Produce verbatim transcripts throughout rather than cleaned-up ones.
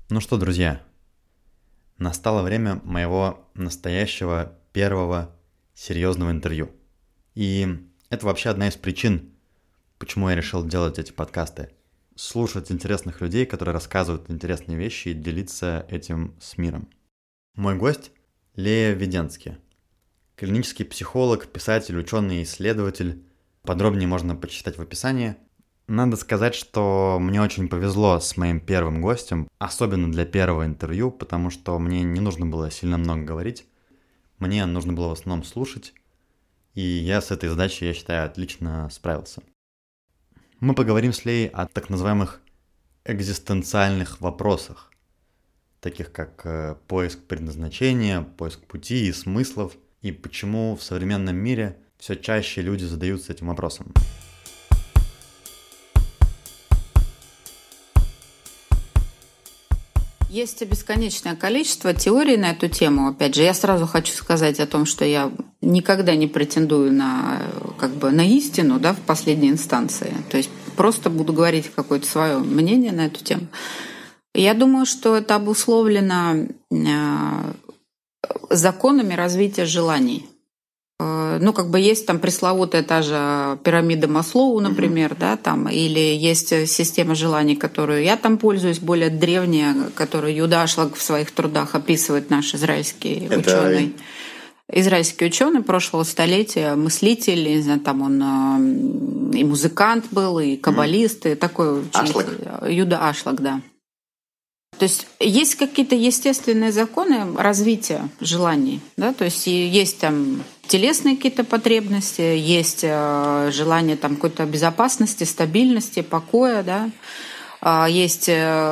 Ну что, друзья, настало время моего настоящего первого серьезного интервью. И это вообще одна из причин, почему я решил делать эти подкасты. Слушать интересных людей, которые рассказывают интересные вещи, и делиться этим с миром. Мой гость – Лея Веденски. Клинический психолог, писатель, ученый и исследователь. Подробнее можно почитать в описании. Надо сказать, что мне очень повезло с моим первым гостем, особенно для первого интервью, потому что мне не нужно было сильно много говорить, мне нужно было в основном слушать, и я с этой задачей, я считаю, отлично справился. Мы поговорим с Леей о так называемых экзистенциальных вопросах, таких как поиск предназначения, поиск пути и смыслов, и почему в современном мире все чаще люди задаются этим вопросом. Есть бесконечное количество теорий на эту тему. Опять же, я сразу хочу сказать о том, что я никогда не претендую на, как бы, на истину, да, в последней инстанции. То есть просто буду говорить какое-то свое мнение на эту тему. Я думаю, что это обусловлено законами развития желаний. Ну, как бы есть там пресловутая та же пирамида Маслоу, например, mm-hmm. да, там, или есть система желаний, которую я там пользуюсь, более древняя, которую Юда Ашлаг в своих трудах описывает, наш израильский Это... ученый. Израильский ученый прошлого столетия, мыслитель, не знаю, там он и музыкант был, и каббалист, mm-hmm. и такой Ашлаг. Юда Ашлаг, да. То есть есть какие-то естественные законы развития желаний, да, то есть есть там телесные какие-то потребности, есть желание там какой-то безопасности, стабильности, покоя, да, есть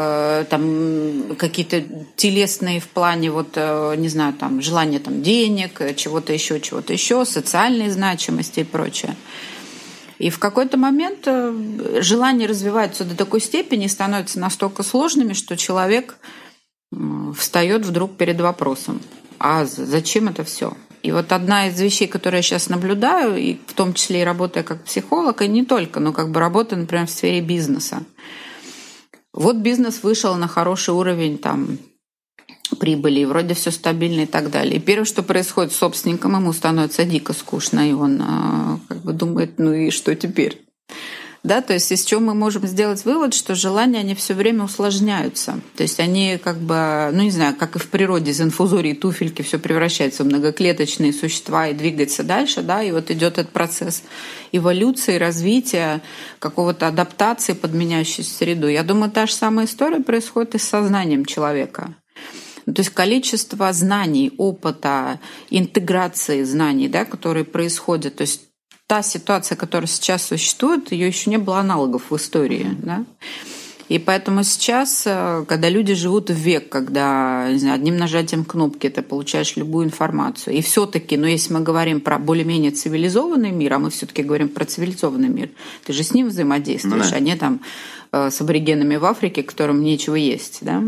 там какие-то телесные в плане вот, не знаю, там желание там денег, чего-то еще, чего-то еще, социальной значимости и прочее. И в какой-то момент желания развиваются до такой степени и становятся настолько сложными, что человек встает вдруг перед вопросом: а зачем это все? И вот одна из вещей, которые я сейчас наблюдаю, и в том числе и работая как психолог, и не только, но как бы работая, например, в сфере бизнеса. Вот бизнес вышел на хороший уровень там прибыли, и вроде все стабильно и так далее. И первое, что происходит с собственником, ему становится дико скучно, и он как бы думает, ну и что теперь? Да, то есть из чего мы можем сделать вывод, что желания, они все время усложняются. То есть они как бы, ну не знаю, как и в природе, из инфузории туфельки все превращается в многоклеточные существа и двигается дальше, да, и вот идет этот процесс эволюции, развития, какого-то адаптации под меняющуюся среду. Я думаю, та же самая история происходит и с сознанием человека. То есть количество знаний, опыта, интеграции знаний, да, которые происходят, то есть та ситуация, которая сейчас существует, ее еще не было аналогов в истории. Да? И поэтому сейчас, когда люди живут в век, когда, не знаю, одним нажатием кнопки ты получаешь любую информацию, и все-таки, ну, если мы говорим про более-менее цивилизованный мир, а мы все-таки говорим про цивилизованный мир, ты же с ним взаимодействуешь, да. А не там с аборигенами в Африке, которым нечего есть, да?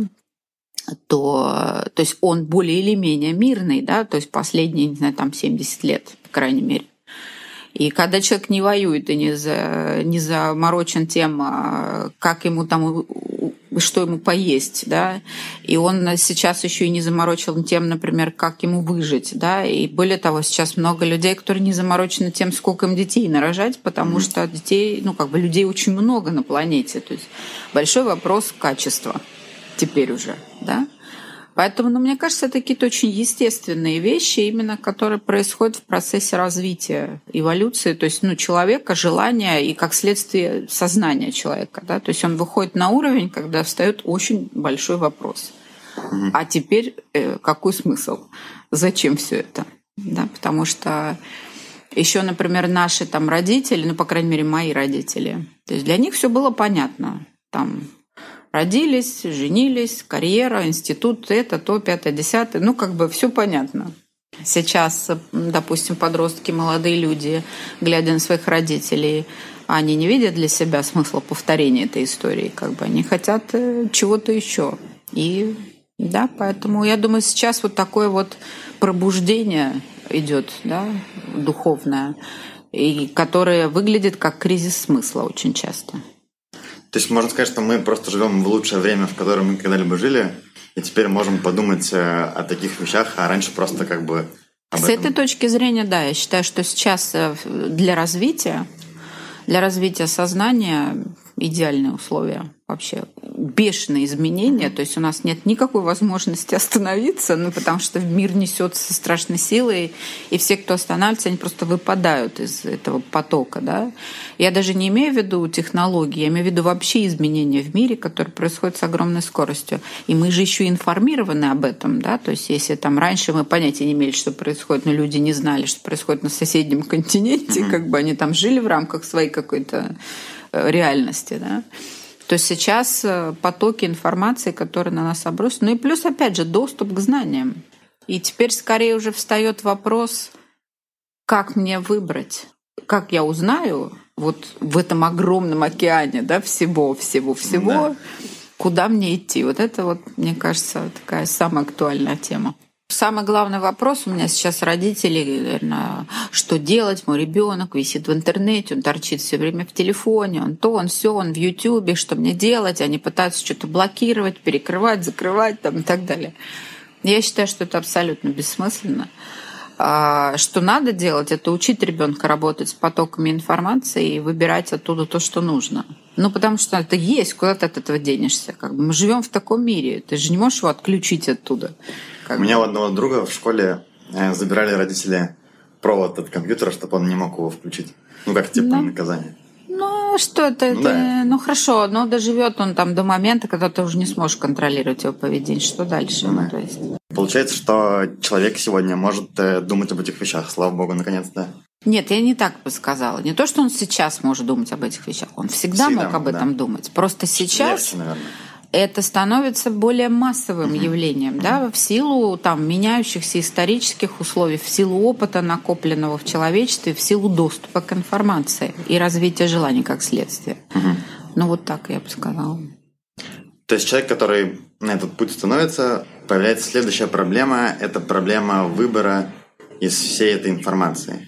То, то есть он более или менее мирный, да, то есть последние, не знаю, там семьдесят лет, по крайней мере. И когда человек не воюет и не, за, не заморочен тем, как ему там, что ему поесть, да, и он сейчас еще и не заморочен тем, например, как ему выжить, да, и более того, сейчас много людей, которые не заморочены тем, сколько им детей нарожать, потому mm-hmm. что детей, ну, как бы людей очень много на планете, то есть большой вопрос качества. Теперь уже, да. Поэтому, ну, мне кажется, это какие-то очень естественные вещи, именно которые происходят в процессе развития, эволюции, то есть, ну, человека, желания и, как следствие, сознания человека, да. То есть он выходит на уровень, когда встает очень большой вопрос. Mm-hmm. А теперь э, какой смысл? Зачем все это? Да, потому что еще, например, наши там родители, ну, по крайней мере, мои родители, то есть для них все было понятно, там. Родились, женились, карьера, институт, это, то, пятое, десятое. Ну, как бы все понятно. Сейчас, допустим, подростки, молодые люди, глядя на своих родителей, они не видят для себя смысла повторения этой истории. Как бы они хотят чего-то еще. И да, поэтому я думаю, сейчас вот такое вот пробуждение идет, да, духовное, и которое выглядит как кризис смысла очень часто. То есть можно сказать, что мы просто живем в лучшее время, в котором мы когда-либо жили, и теперь можем подумать о таких вещах, а раньше просто как бы об С этом. этой точки зрения, да, я считаю, что сейчас для развития, для развития сознания идеальные условия вообще. Бешеные изменения, то есть у нас нет никакой возможности остановиться, ну, потому что мир несется со страшной силой, и все, кто останавливается, они просто выпадают из этого потока. Да? Я даже не имею в виду технологии, я имею в виду вообще изменения в мире, которые происходят с огромной скоростью. И мы же еще информированы об этом. Да? То есть если там раньше мы понятия не имели, что происходит, но люди не знали, что происходит на соседнем континенте, mm-hmm. как бы они там жили в рамках своей какой-то реальности. Да? То есть сейчас потоки информации, которые на нас обрушены. Ну и плюс, опять же, доступ к знаниям. И теперь скорее уже встает вопрос, как мне выбрать, как я узнаю вот в этом огромном океане, да, всего, всего, всего, да. Куда мне идти. Вот это вот, мне кажется, такая самая актуальная тема. Самый главный вопрос у меня сейчас родители, наверное, что делать? Мой ребенок висит в интернете, он торчит все время в телефоне, он то, он все, он в Ютубе, что мне делать? Они пытаются что-то блокировать, перекрывать, закрывать там, и так далее. Я считаю, что это абсолютно бессмысленно. Что надо делать, это учить ребенка работать с потоками информации и выбирать оттуда то, что нужно. Ну, потому что это есть, куда ты от этого денешься. Как бы мы живем в таком мире, ты же не можешь его отключить оттуда. Как У бы. меня у одного друга в школе забирали родители провод от компьютера, чтобы он не мог его включить. Ну, как типа да. наказание. Ну, что это? Ну, это да. ну хорошо, но доживет он там до момента, когда ты уже не сможешь контролировать его поведение. Что дальше? Ну, да. то есть... Получается, что человек сегодня может думать об этих вещах, слава богу, наконец-то. Нет, я не так бы сказала. Не то, что он сейчас может думать об этих вещах. Он всегда, всегда мог об этом да. думать. Просто сейчас Легче, это становится более массовым uh-huh. явлением, uh-huh. да, в силу там, меняющихся исторических условий, в силу опыта, накопленного в человечестве, в силу доступа к информации и развития желаний как следствие. Uh-huh. Ну вот так я бы сказала. То есть человек, который на этот путь становится, появляется следующая проблема – это проблема выбора из всей этой информации.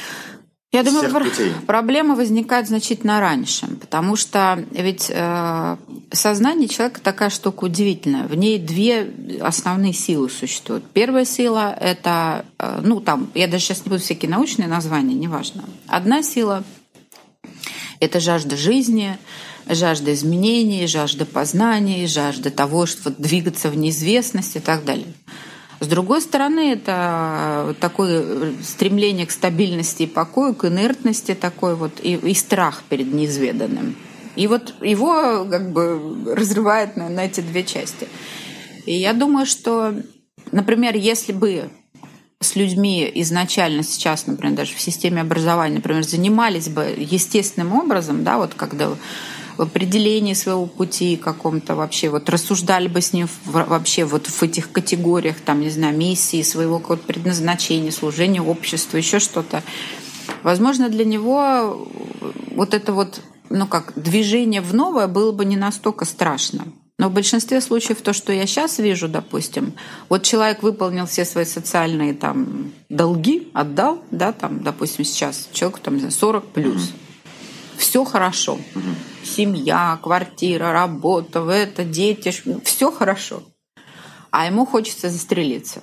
Я думаю, пр- проблема возникает значительно раньше, потому что ведь э, сознание человека такая штука удивительная. В ней две основные силы существуют. Первая сила – это, э, ну там, я даже сейчас не буду всякие научные названия, неважно. Одна сила – это жажда жизни, жажда изменений, жажда познаний, жажда того, что вот двигаться в неизвестность и так далее. С другой стороны, это такое стремление к стабильности и покою, к инертности такой вот, и, и страх перед неизведанным. И вот его как бы разрывает на, на эти две части. И я думаю, что, например, если бы с людьми изначально сейчас, например, даже в системе образования, например, занимались бы естественным образом, да, вот когда в определении своего пути каком-то вообще, вот рассуждали бы с ним вообще вот в этих категориях, там, не знаю, миссии, своего какого-то предназначения, служения обществу, еще что-то. Возможно, для него вот это вот, ну как, движение в новое было бы не настолько страшно. Но в большинстве случаев то, что я сейчас вижу, допустим, вот человек выполнил все свои социальные там долги, отдал, да, там, допустим, сейчас человеку там, не знаю, сорок плюс. Mm-hmm. Все хорошо. Mm-hmm. Семья, квартира, работа, это, дети, все хорошо. А ему хочется застрелиться.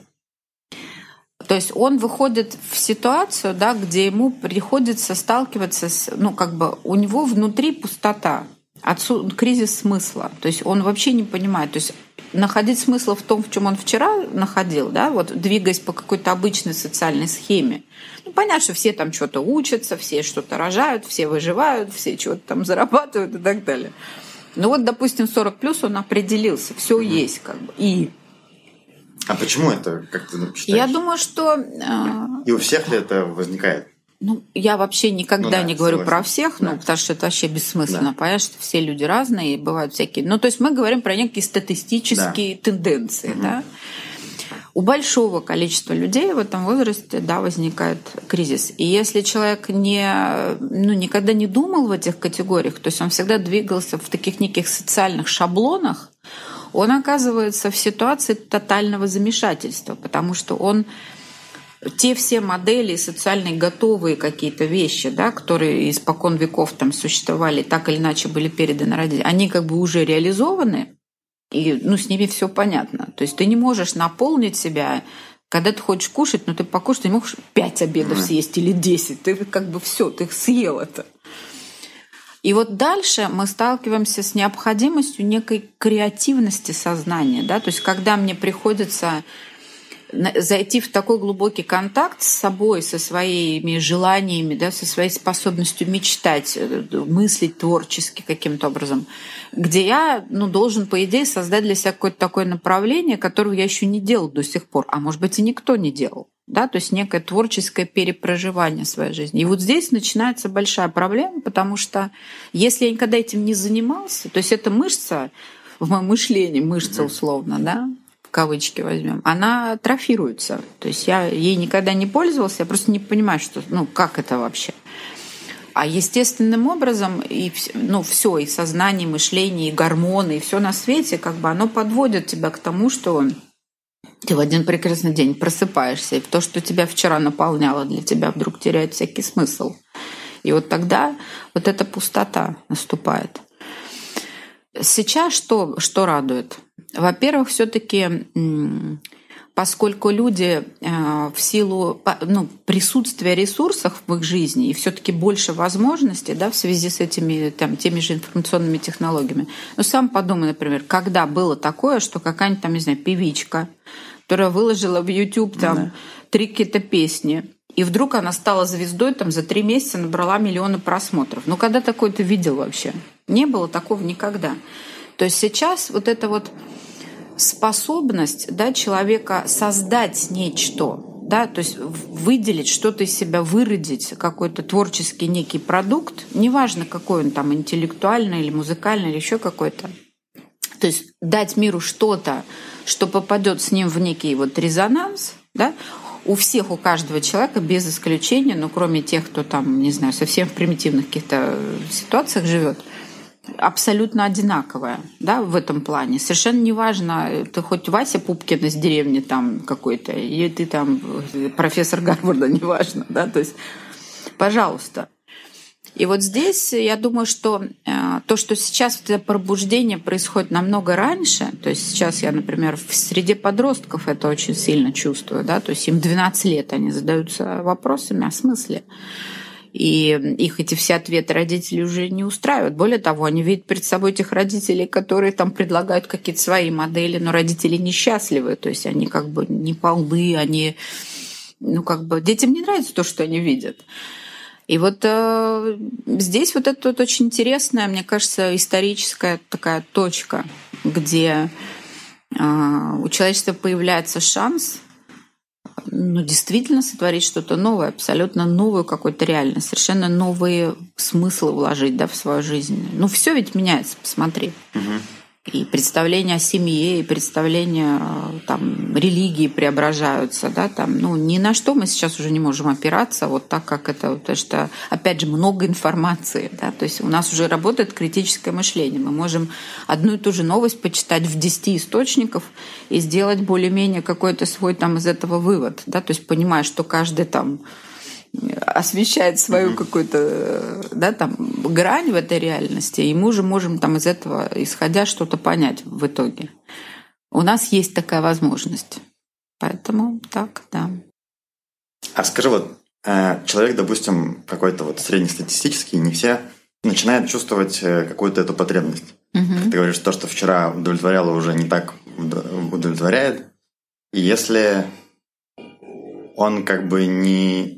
То есть он выходит в ситуацию, да, где ему приходится сталкиваться с, ну, как бы у него внутри пустота, отсу... кризис смысла. То есть он вообще не понимает. То есть находить смысл в том, в чем он вчера находил, да, вот двигаясь по какой-то обычной социальной схеме. Ну, понятно, что все там что-то учатся, все что-то рожают, все выживают, все что-то там зарабатывают и так далее. Ну вот, допустим, сорок плюс он определился, все mm-hmm. есть как бы. И а почему это, как ты считаешь? Я думаю, что... И у всех ли это возникает? Ну, я вообще никогда ну, да, не говорю согласен. Про всех, да. ну, потому что это вообще бессмысленно. Да. Понятно, что все люди разные, и бывают всякие... Ну, то есть мы говорим про некие статистические да. тенденции, угу. да. У большого количества людей в этом возрасте, да, возникает кризис. И если человек не, ну, никогда не думал в этих категориях, то есть он всегда двигался в таких неких социальных шаблонах, он оказывается в ситуации тотального замешательства, потому что он те все модели социальные готовые какие-то вещи, да, которые испокон веков там существовали, так или иначе были переданы родителям, они как бы уже реализованы, и ну, с ними все понятно. То есть ты не можешь наполнить себя, когда ты хочешь кушать, но ты покушать, ты не можешь пять обедов съесть или десять, ты как бы все, ты съел это. И вот дальше мы сталкиваемся с необходимостью некой креативности сознания, да, то есть когда мне приходится зайти в такой глубокий контакт с собой, со своими желаниями, да, со своей способностью мечтать, мыслить творчески каким-то образом, где я ну, должен, по идее, создать для себя какое-то такое направление, которого я еще не делал до сих пор, а может быть и никто не делал. Да, то есть некое творческое перепроживание своей жизни. И вот здесь начинается большая проблема, потому что если я никогда этим не занимался, то есть эта мышца в моем мышлении, мышца условно, да, в кавычки возьмем, она атрофируется. То есть я ей никогда не пользовался, я просто не понимаю, что, ну, как это вообще. А естественным образом и ну, все, и сознание, и мышление, и гормоны, и все на свете, как бы оно подводит тебя к тому, что ты в один прекрасный день просыпаешься, и то, что тебя вчера наполняло, для тебя вдруг теряет всякий смысл. И вот тогда вот эта пустота наступает. Сейчас что, что радует? Во-первых, все-таки, поскольку люди в силу ну, присутствия ресурсов в их жизни и все-таки больше возможностей, да, в связи с этими там, теми же информационными технологиями. Ну, сам подумай, например, когда было такое, что какая-нибудь там, не знаю, певичка, которая выложила в YouTube там да. три какие-то песни, и вдруг она стала звездой, там за три месяца набрала миллионы просмотров. Ну, когда такое ты видел вообще? Не было такого никогда. То есть сейчас вот эта вот способность, да, человека создать нечто, да, то есть выделить что-то из себя, выродить какой-то творческий некий продукт, неважно, какой он там, интеллектуальный или музыкальный, или еще какой-то. То есть дать миру что-то, что попадет с ним в некий вот резонанс, да, у всех, у каждого человека, без исключения, ну, кроме тех, кто там, не знаю, совсем в примитивных каких-то ситуациях живет, абсолютно одинаковая, да, в этом плане. Совершенно неважно, ты хоть Вася Пупкин из деревни там какой-то, или ты там профессор Гарварда, неважно, да, то есть, пожалуйста. И вот здесь я думаю, что то, что сейчас вот это пробуждение происходит намного раньше, то есть сейчас я, например, в среде подростков это очень сильно чувствую, да, то есть им двенадцать лет, они задаются вопросами о смысле. И их эти все ответы родителей уже не устраивают. Более того, они видят перед собой этих родителей, которые там предлагают какие-то свои модели, но родители несчастливы, то есть они как бы не полны, они, ну как бы детям не нравится то, что они видят. И вот э, здесь вот это вот очень интересная, мне кажется, историческая такая точка, где э, у человечества появляется шанс ну, действительно сотворить что-то новое, абсолютно новую какую-то реальность, совершенно новые смыслы вложить, да, в свою жизнь. Ну, все ведь меняется, посмотри. Угу. И представления о семье, и представления там, религии преображаются. Да, там, ну, ни на что мы сейчас уже не можем опираться, вот так, как это, потому что, опять же, много информации. Да, то есть у нас уже работает критическое мышление. Мы можем одну и ту же новость почитать в десяти источников и сделать более-менее какой-то свой там, из этого вывод. Да, то есть понимая, что каждый там освещает свою mm-hmm. какую-то да, там, грань в этой реальности, и мы уже можем там, из этого, исходя, что-то понять в итоге. У нас есть такая возможность. Поэтому так, да. А скажи, вот человек, допустим, какой-то вот среднестатистический, не все начинают чувствовать какую-то эту потребность. Mm-hmm. Как ты говоришь, то, что вчера удовлетворяло, уже не так удовлетворяет. И если он как бы не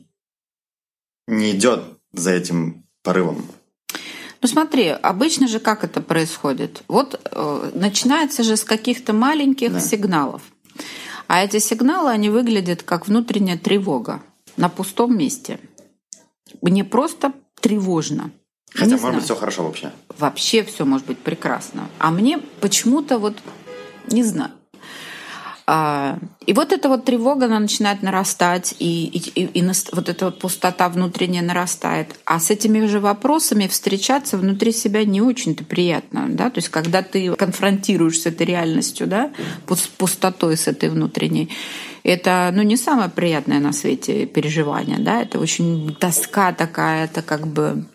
не идет за этим порывом. Ну смотри, обычно же как это происходит? Вот э, начинается же с каких-то маленьких да. сигналов. А эти сигналы, они выглядят как внутренняя тревога на пустом месте. Мне просто тревожно. Хотя, не может знаю. быть, все хорошо вообще. Вообще все может быть прекрасно. А мне почему-то вот, не знаю. И вот эта вот тревога, она начинает нарастать, и, и, и, и вот эта вот пустота внутренняя нарастает. А с этими же вопросами встречаться внутри себя не очень-то приятно. Да? То есть когда ты конфронтируешь с этой реальностью, да, с пустотой, с этой внутренней, это, ну, не самое приятное на свете переживание. Да? Это очень тоска такая, это как бы...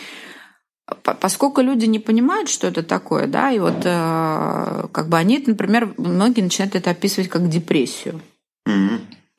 Поскольку люди не понимают, что это такое, да, и вот э, как бы они, например, многие начинают это описывать как депрессию. Mm-hmm.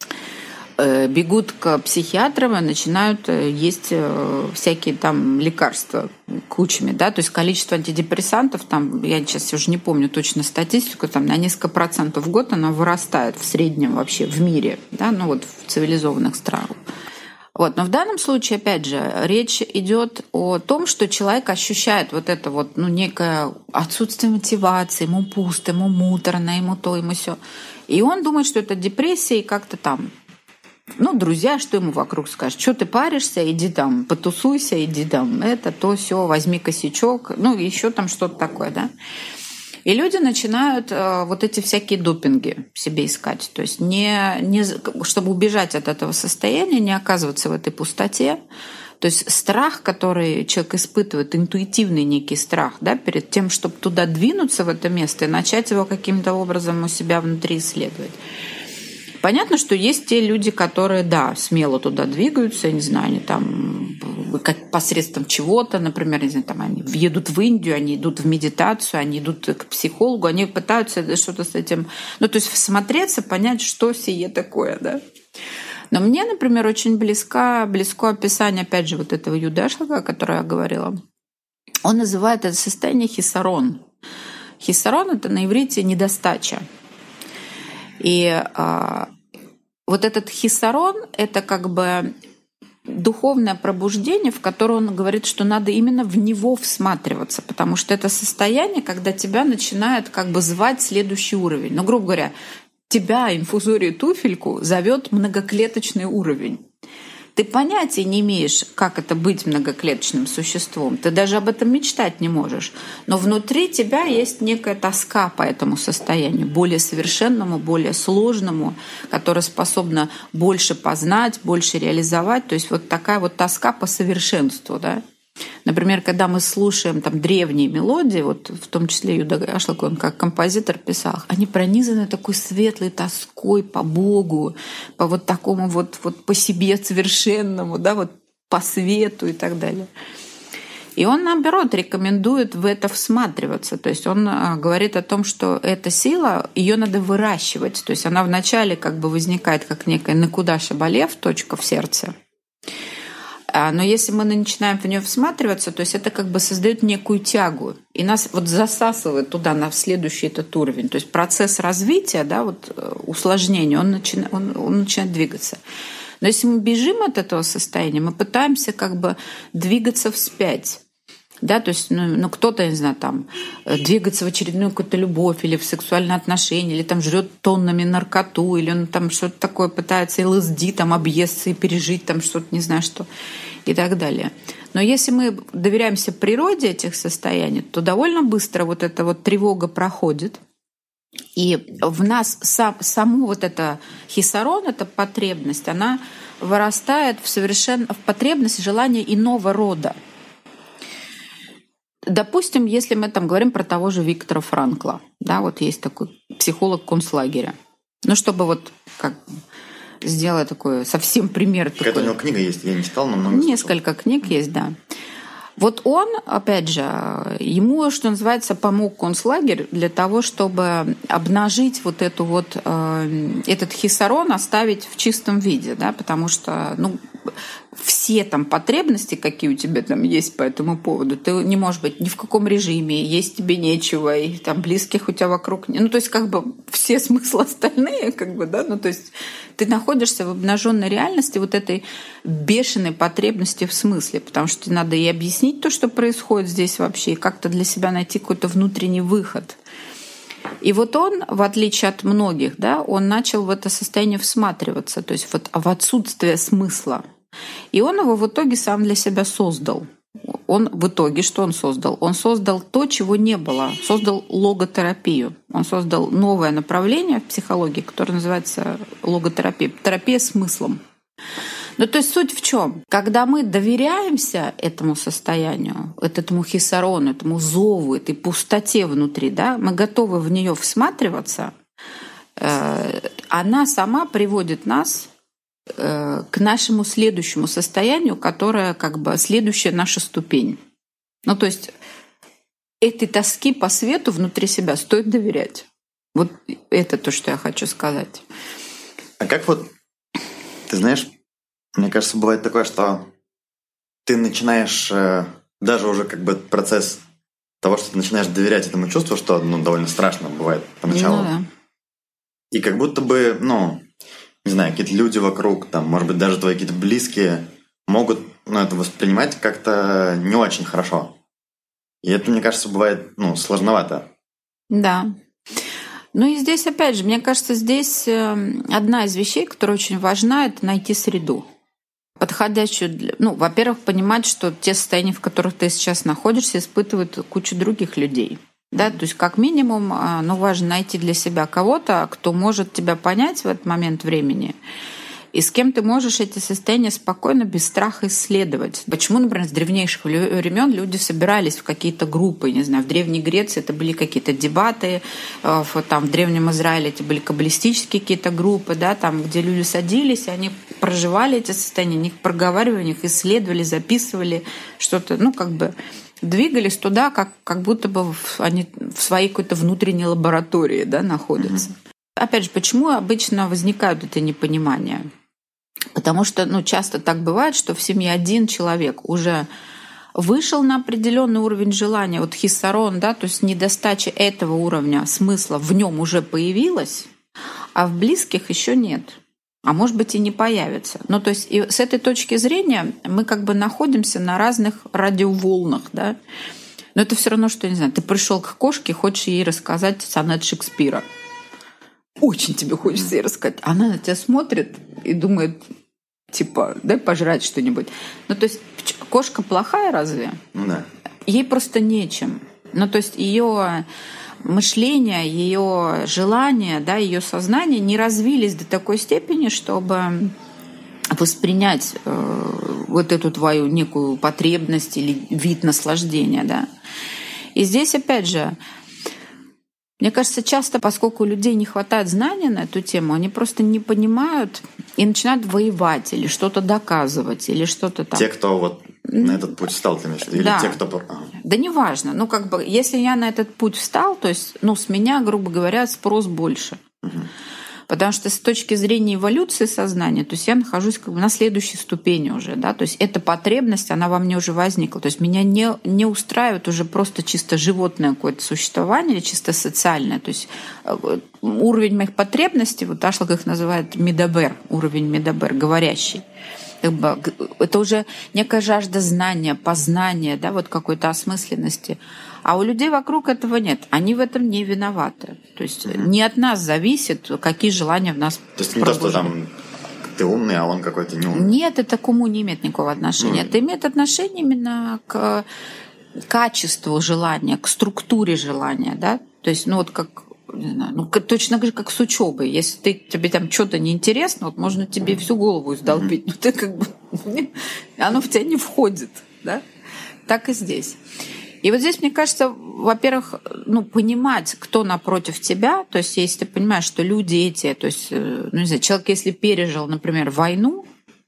Э, бегут к психиатрам и начинают есть э, всякие там лекарства кучами, да, то есть количество антидепрессантов, там, я сейчас уже не помню точно статистику, там на несколько процентов в год она вырастает в среднем вообще в мире, да, ну вот в цивилизованных странах. Вот. Но в данном случае, опять же, речь идет о том, что человек ощущает вот это вот, ну, некое отсутствие мотивации, ему пусто, ему муторно, ему то, ему сё. И он думает, что это депрессия, и как-то там, ну, друзья, что ему вокруг скажут? Что ты паришься, иди там, потусуйся, иди там, это, то, сё, возьми косячок, ну, еще там что-то такое, да. И люди начинают э, вот эти всякие допинги себе искать. То есть не, не, чтобы убежать от этого состояния, не оказываться в этой пустоте. То есть страх, который человек испытывает, интуитивный некий страх, да, перед тем, чтобы туда двинуться в это место и начать его каким-то образом у себя внутри исследовать. Понятно, что есть те люди, которые, да, смело туда двигаются, я не знаю, они там как посредством чего-то, например, не знаю, там они едут в Индию, они идут в медитацию, они идут к психологу, они пытаются что-то с этим, ну, то есть всмотреться, понять, что сие такое, да. Но мне, например, очень близко, близко описание, опять же, вот этого Юдашева, о котором я говорила. Он называет это состояние хисарон. Хисарон — это на иврите недостача. И а, вот этот хисарон — это как бы духовное пробуждение, в которое он говорит, что надо именно в него всматриваться, потому что это состояние, когда тебя начинает как бы звать следующий уровень. Ну, грубо говоря, тебя, инфузорию туфельку, зовет многоклеточный уровень. Ты понятия не имеешь, как это быть многоклеточным существом. Ты даже об этом мечтать не можешь. Но внутри тебя есть некая тоска по этому состоянию, более совершенному, более сложному, которое способно больше познать, больше реализовать. То есть вот такая вот тоска по совершенству, да? Например, когда мы слушаем там древние мелодии, вот в том числе Юда Ашлак, он как композитор писал, они пронизаны такой светлой тоской по Богу, по вот такому вот, вот по себе совершенному, да, вот по свету и так далее. И он, наоборот, рекомендует в это всматриваться. То есть он говорит о том, что эта сила, ее надо выращивать. То есть она вначале как бы возникает как некая накудаш балев, точка в сердце. Но если мы начинаем в нее всматриваться, то есть это как бы создает некую тягу, и нас вот засасывает туда, на следующий этот уровень. То есть процесс развития, да, вот усложнения, он, начи... он, он начинает двигаться. Но если мы бежим от этого состояния, мы пытаемся как бы двигаться вспять. Да, то есть, ну, ну кто-то, я не знаю, там, двигаться в очередную какую-то любовь или в сексуальные отношения, или там жрет тоннами наркоту, или он там что-то такое пытается эл эс ди там объесться и пережить там что-то, не знаю что, и так далее. Но если мы доверяемся природе этих состояний, то довольно быстро вот эта вот тревога проходит, и в нас сам, саму вот эта хисарон, эта потребность, она вырастает в, совершенно, в потребность, желание иного рода. Допустим, если мы там говорим про того же Виктора Франкла, да, вот есть такой психолог концлагеря. Ну, чтобы вот как сделать такой совсем пример. Какая-то такой. У него книга есть, я не читал, но много Несколько слышал. книг есть, да. Вот он, опять же, ему, что называется, помог концлагерь для того, чтобы обнажить вот эту вот, э, этот хисарон, оставить в чистом виде, да, потому что, ну, все там потребности, какие у тебя там есть по этому поводу, ты не можешь быть ни в каком режиме, есть тебе нечего, и там близких у тебя вокруг нет. Ну, то есть, как бы все смыслы остальные, как бы, да, ну, то есть ты находишься в обнаженной реальности вот этой бешеной потребности в смысле, потому что тебе надо и объяснить то, что происходит здесь вообще, и как-то для себя найти какой-то внутренний выход. И вот он, в отличие от многих, да, он начал в это состояние всматриваться, то есть вот в отсутствие смысла. И он его в итоге сам для себя создал. Он в итоге что он создал? Он создал то, чего не было. Создал логотерапию. Он создал новое направление в психологии, которое называется логотерапия. Терапия смыслом. Ну, то есть суть в чем? Когда мы доверяемся этому состоянию, этому хисарону, этому зову, этой пустоте внутри, да, мы готовы в нее всматриваться, она сама приводит нас к нашему следующему состоянию, которое как бы следующая наша ступень. Ну, то есть этой тоски по свету внутри себя стоит доверять. Вот это то, что я хочу сказать. А как вот, ты знаешь, мне кажется, бывает такое, что ты начинаешь, даже уже как бы процесс того, что ты начинаешь доверять этому чувству, что ну, довольно страшно бывает поначалу. Ну, да. И как будто бы, ну, не знаю, какие-то люди вокруг, там, может быть, даже твои какие-то близкие могут ну, это воспринимать как-то не очень хорошо. И это, мне кажется, бывает ну, сложновато. Да. Ну и здесь, опять же, мне кажется, здесь одна из вещей, которая очень важна, это найти среду. Подходящую для... Ну, во-первых, понимать, что те состояния, в которых ты сейчас находишься, испытывают кучу других людей. Да, то есть как минимум, ну, важно найти для себя кого-то, кто может тебя понять в этот момент времени, и с кем ты можешь эти состояния спокойно, без страха исследовать. Почему, например, с древнейших времен люди собирались в какие-то группы, не знаю, в Древней Греции это были какие-то дебаты, в, там, в Древнем Израиле это были каббалистические какие-то группы, да, там, где люди садились, они проживали эти состояния, они их проговаривали, их исследовали, записывали что-то, ну, как бы двигались туда, как, как будто бы они в своей какой-то внутренней лаборатории, да, находятся. Mm-hmm. Опять же, почему обычно возникают это непонимания? Потому что ну, часто так бывает, что в семье один человек уже вышел на определенный уровень желания, вот хиссарон, да, то есть недостача этого уровня смысла в нем уже появилась, а в близких еще нет. А может быть и не появится. Ну, то есть и с этой точки зрения мы как бы находимся на разных радиоволнах, да. Но это все равно, что, не знаю, ты пришел к кошке, хочешь ей рассказать сонет Шекспира. Очень тебе хочется ей рассказать. Она на тебя смотрит и думает, типа, дай пожрать что-нибудь. Ну, то есть кошка плохая разве? Ну да. Ей просто нечем. Ну, то есть ее мышление, ее желание, да, ее сознание не развились до такой степени, чтобы воспринять э, вот эту твою некую потребность или вид наслаждения, да. И здесь, опять же, мне кажется, часто, поскольку у людей не хватает знаний на эту тему, они просто не понимают и начинают воевать или что-то доказывать, или что-то там. Те, кто вот на этот путь встал, ты имеешь в виду? Или да. те, кто... Да неважно. Ну, как бы, если я на этот путь встал, то есть, ну, с меня, грубо говоря, спрос больше. Угу. Потому что с точки зрения эволюции сознания, то есть я нахожусь как бы на следующей ступени уже, да, то есть эта потребность, она во мне уже возникла. То есть меня не, не устраивает уже просто чисто животное какое-то существование или чисто социальное. То есть уровень моих потребностей, вот Ашлаг их называет медабер, уровень медабер, говорящий. Как бы, это уже некая жажда знания, познания, да, вот какой-то осмысленности. А у людей вокруг этого нет. Они в этом не виноваты. То есть mm-hmm. не от нас зависит, какие желания в нас То есть не то, что там ты умный, а он какой-то не умный. Нет, это к уму не имеет никакого отношения. Mm-hmm. Это имеет отношение именно к качеству желания, к структуре желания. Да? То есть, ну вот как... Не знаю, ну, точно так же, как с учебой. Если ты, тебе там что-то неинтересно, вот можно тебе всю голову издолбить, но ты как бы... Оно в тебя не входит. Да? Так и здесь. И вот здесь, мне кажется, во-первых, ну, понимать, кто напротив тебя, то есть если ты понимаешь, что люди эти, то есть, ну, не знаю, человек, если пережил, например, войну,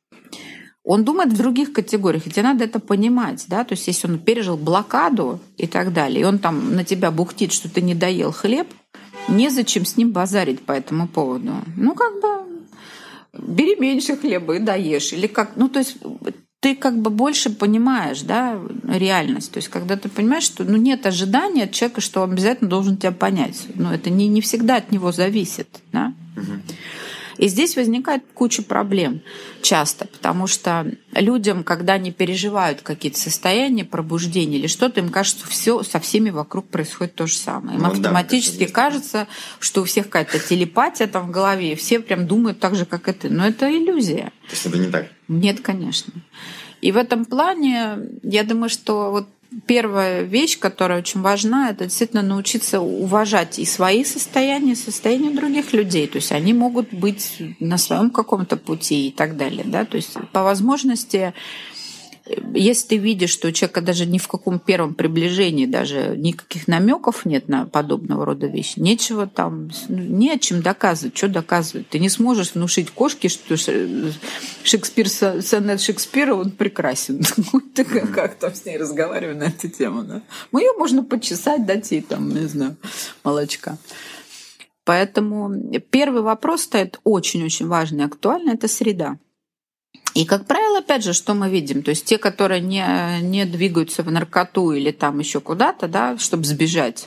он думает в других категориях, и тебе надо это понимать, да, то есть если он пережил блокаду и так далее, и он там на тебя бухтит, что ты не доел хлеб, незачем с ним базарить по этому поводу. Ну, как бы бери меньше хлеба и доешь. Или как, ну, то есть ты как бы больше понимаешь, да, реальность. То есть когда ты понимаешь, что ну, нет ожидания от человека, что он обязательно должен тебя понять. Но это не, не всегда от него зависит, да. Угу. И здесь возникает куча проблем часто, потому что людям, когда они переживают какие-то состояния, пробуждения или что-то, им кажется, все со всеми вокруг происходит то же самое. Им ну, автоматически да, кажется, что у всех какая-то телепатия там в голове, и все прям думают так же, как и ты. Но это иллюзия. То есть это не так? Нет, конечно. И в этом плане, я думаю, что вот первая вещь, которая очень важна, это действительно научиться уважать и свои состояния, и состояние других людей. То есть они могут быть на своем каком-то пути и так далее. Да? То есть по возможности, если ты видишь, что у человека даже ни в каком первом приближении даже никаких намеков нет на подобного рода вещи, нечего там, не о чем доказывать. Что доказывать? Ты не сможешь внушить кошке, что Шекспир, сонет Шекспира, он прекрасен. Ты как там с ней разговариваю на эту тему? Да? Ну, ее можно почесать, дать ей там, не знаю, молочка. Поэтому первый вопрос стоит очень-очень важный, актуальный – это среда. И, как правило, опять же, что мы видим? То есть те, которые не, не двигаются в наркоту или там еще куда-то, да, чтобы сбежать.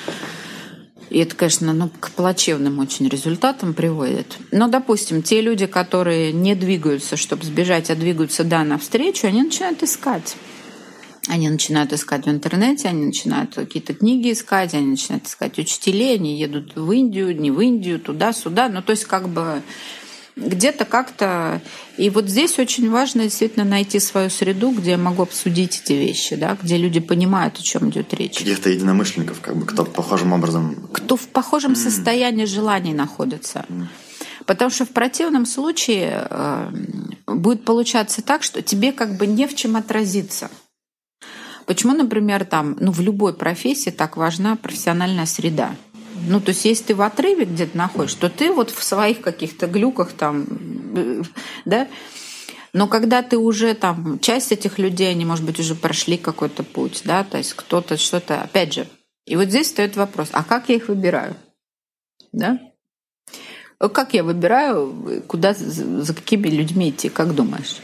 И это, конечно, ну, к плачевным очень результатам приводит. Но, допустим, те люди, которые не двигаются, чтобы сбежать, а двигаются, да, навстречу, они начинают искать. Они начинают искать в интернете, они начинают какие-то книги искать, они начинают искать учителей, они едут в Индию, не в Индию, туда-сюда. Ну, то есть как бы где-то как-то... И вот здесь очень важно действительно найти свою среду, где я могу обсудить эти вещи, да, где люди понимают, о чем идет речь. Каких-то единомышленников, как бы, кто похожим образом... Кто в похожем mm. состоянии желаний находится. Mm. Потому что в противном случае э, будет получаться так, что тебе как бы не в чем отразиться. Почему, например, там, ну, в любой профессии так важна профессиональная среда? Ну, то есть, если ты в отрыве где-то находишься, то ты вот в своих каких-то глюках там, да. Но когда ты уже там, часть этих людей, они, может быть, уже прошли какой-то путь, да, то есть кто-то что-то, опять же. И вот здесь стоит вопрос, а как я их выбираю? Да? Как я выбираю, куда, за какими людьми идти, как думаешь?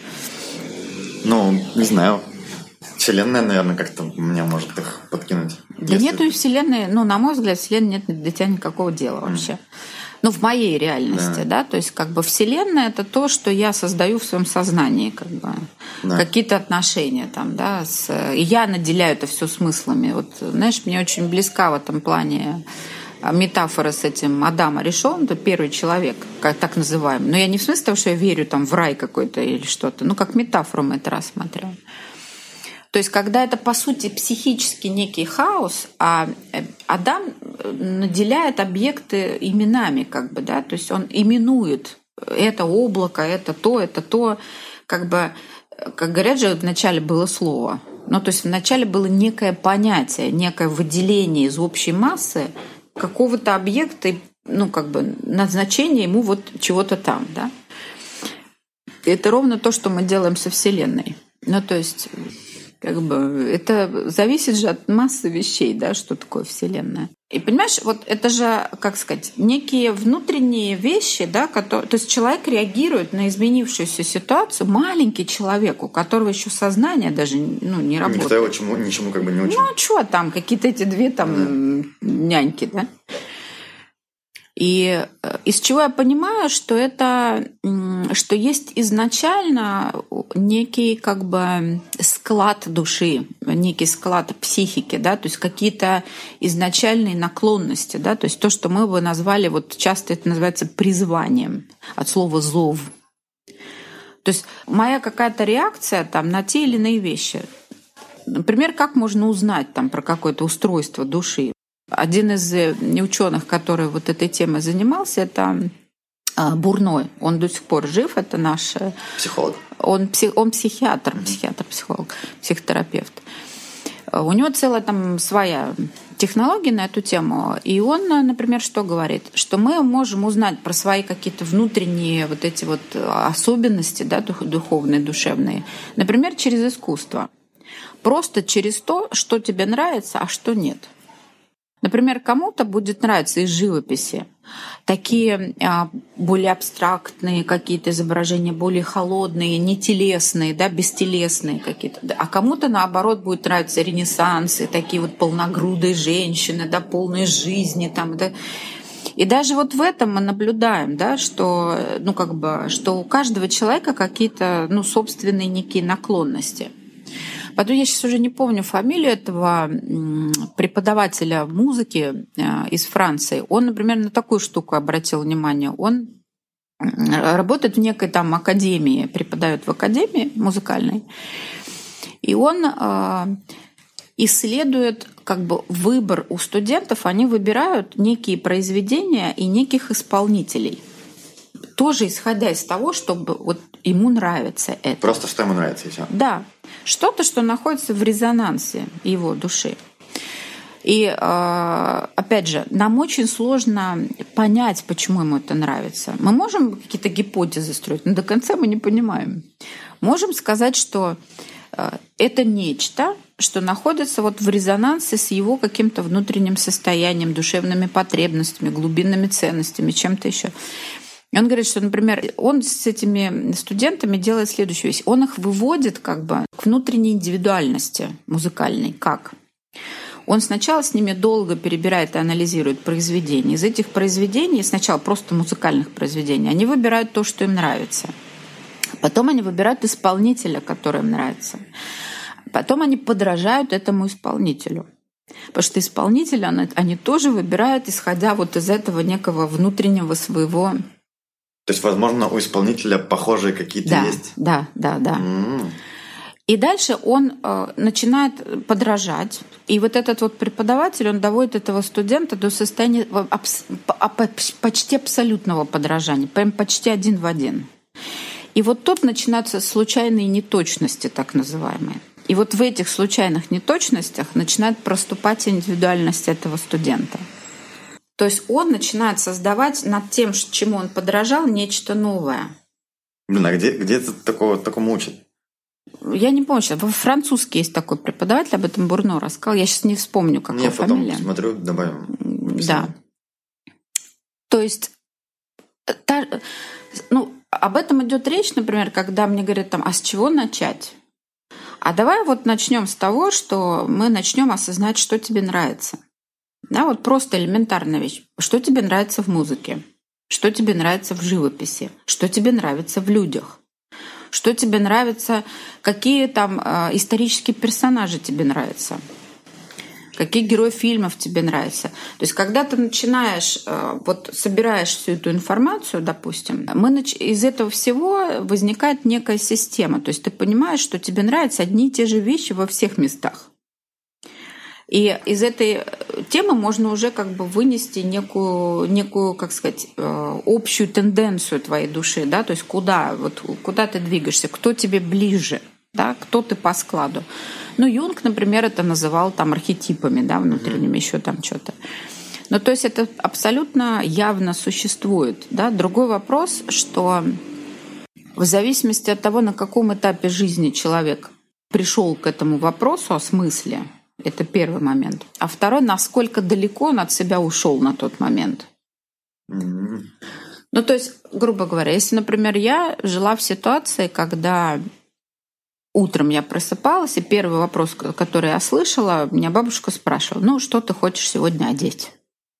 Ну, не знаю. Вселенная, наверное, как-то меня может их подкинуть. Да если... нету и Вселенной, ну, на мой взгляд, Вселенной нет до тебя никакого дела вообще. Mm. Ну, в моей реальности, да. да, то есть как бы Вселенная – это то, что я создаю в своем сознании, как бы, да. Какие-то отношения там, да, с... и я наделяю это все смыслами. Вот, знаешь, мне очень близка в этом плане метафора с этим Адама Ришон, это первый человек, как так называемый. Но я не в смысле того, что я верю там в рай какой-то или что-то, ну, как метафору мы это рассматриваем. То есть, когда это, по сути, психически некий хаос, а Адам наделяет объекты именами, как бы, да, то есть он именует это облако, это то, это то, как бы, как говорят же, вначале было слово. Ну, то есть вначале было некое понятие, некое выделение из общей массы какого-то объекта, ну, как бы, назначение ему вот чего-то там, да. Это ровно то, что мы делаем со Вселенной. Ну, то есть... Как бы это зависит же от массы вещей, да, что такое Вселенная. И понимаешь, вот это же, как сказать, некие внутренние вещи, да, которые, то есть человек реагирует на изменившуюся ситуацию, маленький человек, у которого еще сознание даже, ну, не работает. Никто его чему, ничему как бы не учит. Ну, что там, какие-то эти две там mm. няньки, да. И из чего я понимаю, что это, что есть изначально некий как бы склад души, некий склад психики, да, то есть какие-то изначальные наклонности, да, то есть то, что мы бы назвали, вот часто это называется призванием, от слова «зов». То есть моя какая-то реакция там на те или иные вещи. Например, как можно узнать там про какое-то устройство души? Один из ученых, который вот этой темой занимался, это Бурной. Он до сих пор жив, это наш... Психолог. Он, псих, он психиатр, психиатр, психолог, психотерапевт. У него целая там своя технология на эту тему. И он, например, что говорит? Что мы можем узнать про свои какие-то внутренние вот эти вот особенности, да, духовные, душевные, например, через искусство. Просто через то, что тебе нравится, а что нет. Например, кому-то будет нравиться из живописи такие более абстрактные какие-то изображения, более холодные, нетелесные, да, бестелесные какие-то. А кому-то, наоборот, будет нравиться ренессансы, такие вот полногрудые женщины, да, полные жизни. Там, да. И даже вот в этом мы наблюдаем, да, что, ну, как бы, что у каждого человека какие-то, ну, собственные некие наклонности. Потом я сейчас уже не помню фамилию этого преподавателя музыки из Франции. Он, например, на такую штуку обратил внимание. Он работает в некой там академии, преподает в академии музыкальной, и он исследует как бы выбор у студентов, они выбирают некие произведения и неких исполнителей. Тоже исходя из того, чтобы вот ему нравится это. Просто что ему нравится, и все. Да. Что-то, что находится в резонансе его души. И опять же, нам очень сложно понять, почему ему это нравится. Мы можем какие-то гипотезы строить, но до конца мы не понимаем. Можем сказать, что это нечто, что находится вот в резонансе с его каким-то внутренним состоянием, душевными потребностями, глубинными ценностями, чем-то еще. И он говорит, что, например, он с этими студентами делает следующую вещь. Он их выводит как бы к внутренней индивидуальности музыкальной. Как? Он сначала с ними долго перебирает и анализирует произведения. Из этих произведений, сначала просто музыкальных произведений, они выбирают то, что им нравится. Потом они выбирают исполнителя, который им нравится. Потом они подражают этому исполнителю. Потому что исполнителя они тоже выбирают, исходя вот из этого некого внутреннего своего... То есть, возможно, у исполнителя похожие какие-то да, есть? Да, да, да. Mm. И дальше он э, начинает подражать. И вот этот вот преподаватель, он доводит этого студента до состояния абс- почти абсолютного подражания, прям почти один в один. И вот тут начинаются случайные неточности, так называемые. И вот в этих случайных неточностях начинает проступать индивидуальность этого студента. То есть он начинает создавать над тем, чему он подражал, нечто новое. Блин, а где, где это такого, такому учат? Я не помню, сейчас французский есть такой преподаватель, об этом Бурно рассказал. Я сейчас не вспомню, как его фамилия. Я потом посмотрю, добавим. Да. То есть, та, ну, об этом идет речь, например, когда мне говорят, там, а с чего начать? А давай вот начнем с того, что мы начнем осознать, что тебе нравится. Да, вот просто элементарная вещь. Что тебе нравится в музыке? Что тебе нравится в живописи? Что тебе нравится в людях? Что тебе нравится? Какие там э, исторические персонажи тебе нравятся? Какие герои фильмов тебе нравятся? То есть, когда ты начинаешь, э, вот собираешь всю эту информацию, допустим, мы нач... из этого всего возникает некая система. То есть ты понимаешь, что тебе нравятся одни и те же вещи во всех местах. И из этой темы можно уже как бы вынести некую, некую, как сказать, общую тенденцию твоей души, да, то есть куда, вот, куда ты двигаешься, кто тебе ближе, да, кто ты по складу. Ну, Юнг, например, это называл там архетипами, да, внутренними, еще там что-то. Ну, то есть это абсолютно явно существует, да. Другой вопрос, что в зависимости от того, на каком этапе жизни человек пришел к этому вопросу о смысле, это первый момент. А второй, насколько далеко он от себя ушел на тот момент. Mm-hmm. Ну, то есть, грубо говоря, если, например, я жила в ситуации, когда утром я просыпалась, и первый вопрос, который я слышала, меня бабушка спрашивала, ну, что ты хочешь сегодня одеть?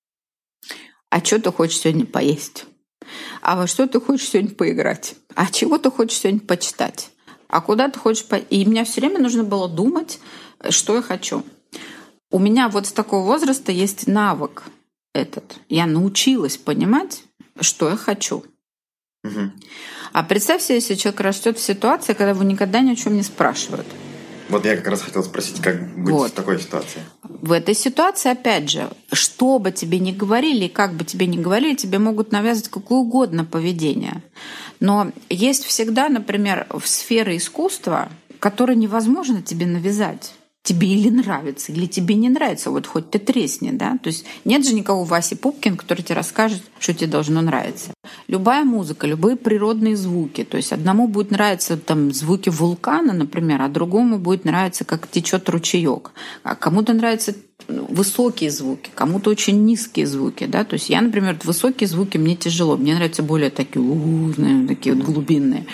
А что ты хочешь сегодня поесть? А во что ты хочешь сегодня поиграть? А чего ты хочешь сегодня почитать? А куда ты хочешь по... И мне все время нужно было думать, что я хочу. У меня вот с такого возраста есть навык этот. Я научилась понимать, что я хочу. Угу. А представь себе, если человек растет в ситуации, когда его никогда ни о чем не спрашивают. Вот я как раз хотел спросить, как быть вот. в такой ситуации. В этой ситуации, опять же, что бы тебе ни говорили, как бы тебе ни говорили, тебе могут навязывать какое угодно поведение. Но есть всегда, например, в сфере искусства, которые невозможно тебе навязать. Тебе или нравится, или тебе не нравится, вот хоть ты тресни, да? То есть нет же никого Васи Пупкин, который тебе расскажет, что тебе должно нравиться. Любая музыка, любые природные звуки. То есть одному будет нравиться там звуки вулкана, например, а другому будет нравиться, как течет ручеек. А кому-то нравятся высокие звуки, кому-то очень низкие звуки, да? То есть я, например, высокие звуки мне тяжело, мне нравятся более такие, у-у, знаешь, такие вот глубинные.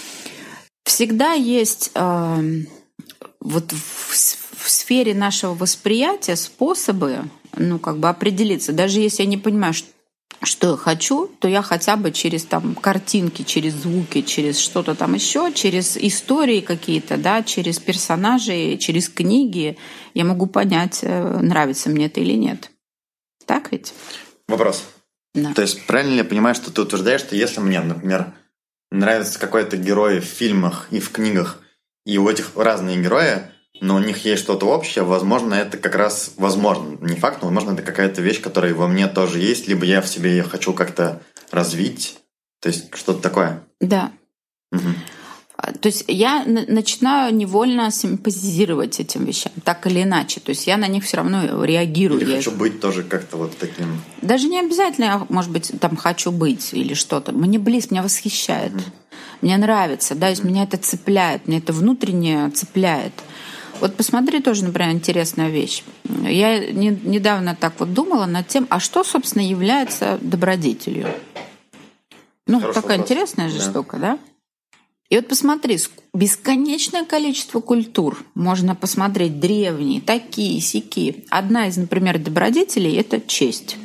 Всегда есть э, вот в, в сфере нашего восприятия способы, ну, как бы определиться. Даже если я не понимаю, что, что я хочу, то я хотя бы через там картинки, через звуки, через что-то там еще, через истории какие-то, да, через персонажей, через книги я могу понять, нравится мне это или нет. Так ведь? Вопрос. Да. То есть правильно ли я понимаю, что ты утверждаешь, что если мне, например, нравится какой-то герой в фильмах и в книгах, и у этих разные герои, но у них есть что-то общее, возможно, это как раз, возможно, не факт, но, возможно, это какая-то вещь, которая во мне тоже есть, либо я в себе ее хочу как-то развить, то есть что-то такое. Да. Угу. То есть я начинаю невольно симпатизировать этим вещам, так или иначе. То есть я на них все равно реагирую. Или я... хочу быть тоже как-то вот таким. Даже не обязательно, я, может быть, там хочу быть или что-то. Мне близко, меня восхищает, mm. мне нравится, да, то есть mm. меня это цепляет, мне это внутренне цепляет. Вот посмотри тоже, например, интересная вещь. Я не, недавно так вот думала над тем, а что, собственно, является добродетелью? Ну, Хороший такая вопрос. интересная же Да. штука, да? И вот посмотри, бесконечное количество культур. Можно посмотреть древние, такие, сяки. Одна из, например, добродетелей — это честь.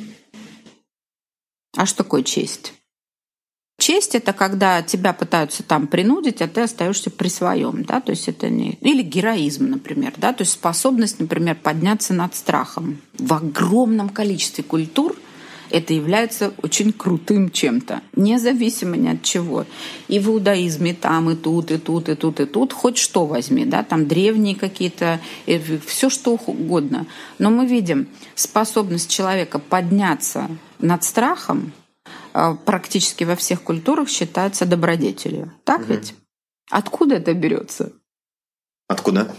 А что такое честь? Честь — это когда тебя пытаются там принудить, а ты остаешься при своем, да, то есть это не... Или героизм, например, да, то есть способность, например, подняться над страхом. В огромном количестве культур это является очень крутым чем-то, независимо ни от чего. И в иудаизме там, и тут, и тут, и тут, и тут, хоть что возьми, да, там древние какие-то, все что угодно. Но мы видим способность человека подняться над страхом практически во всех культурах считается добродетелью. Так угу. ведь? Откуда это берется? Откуда?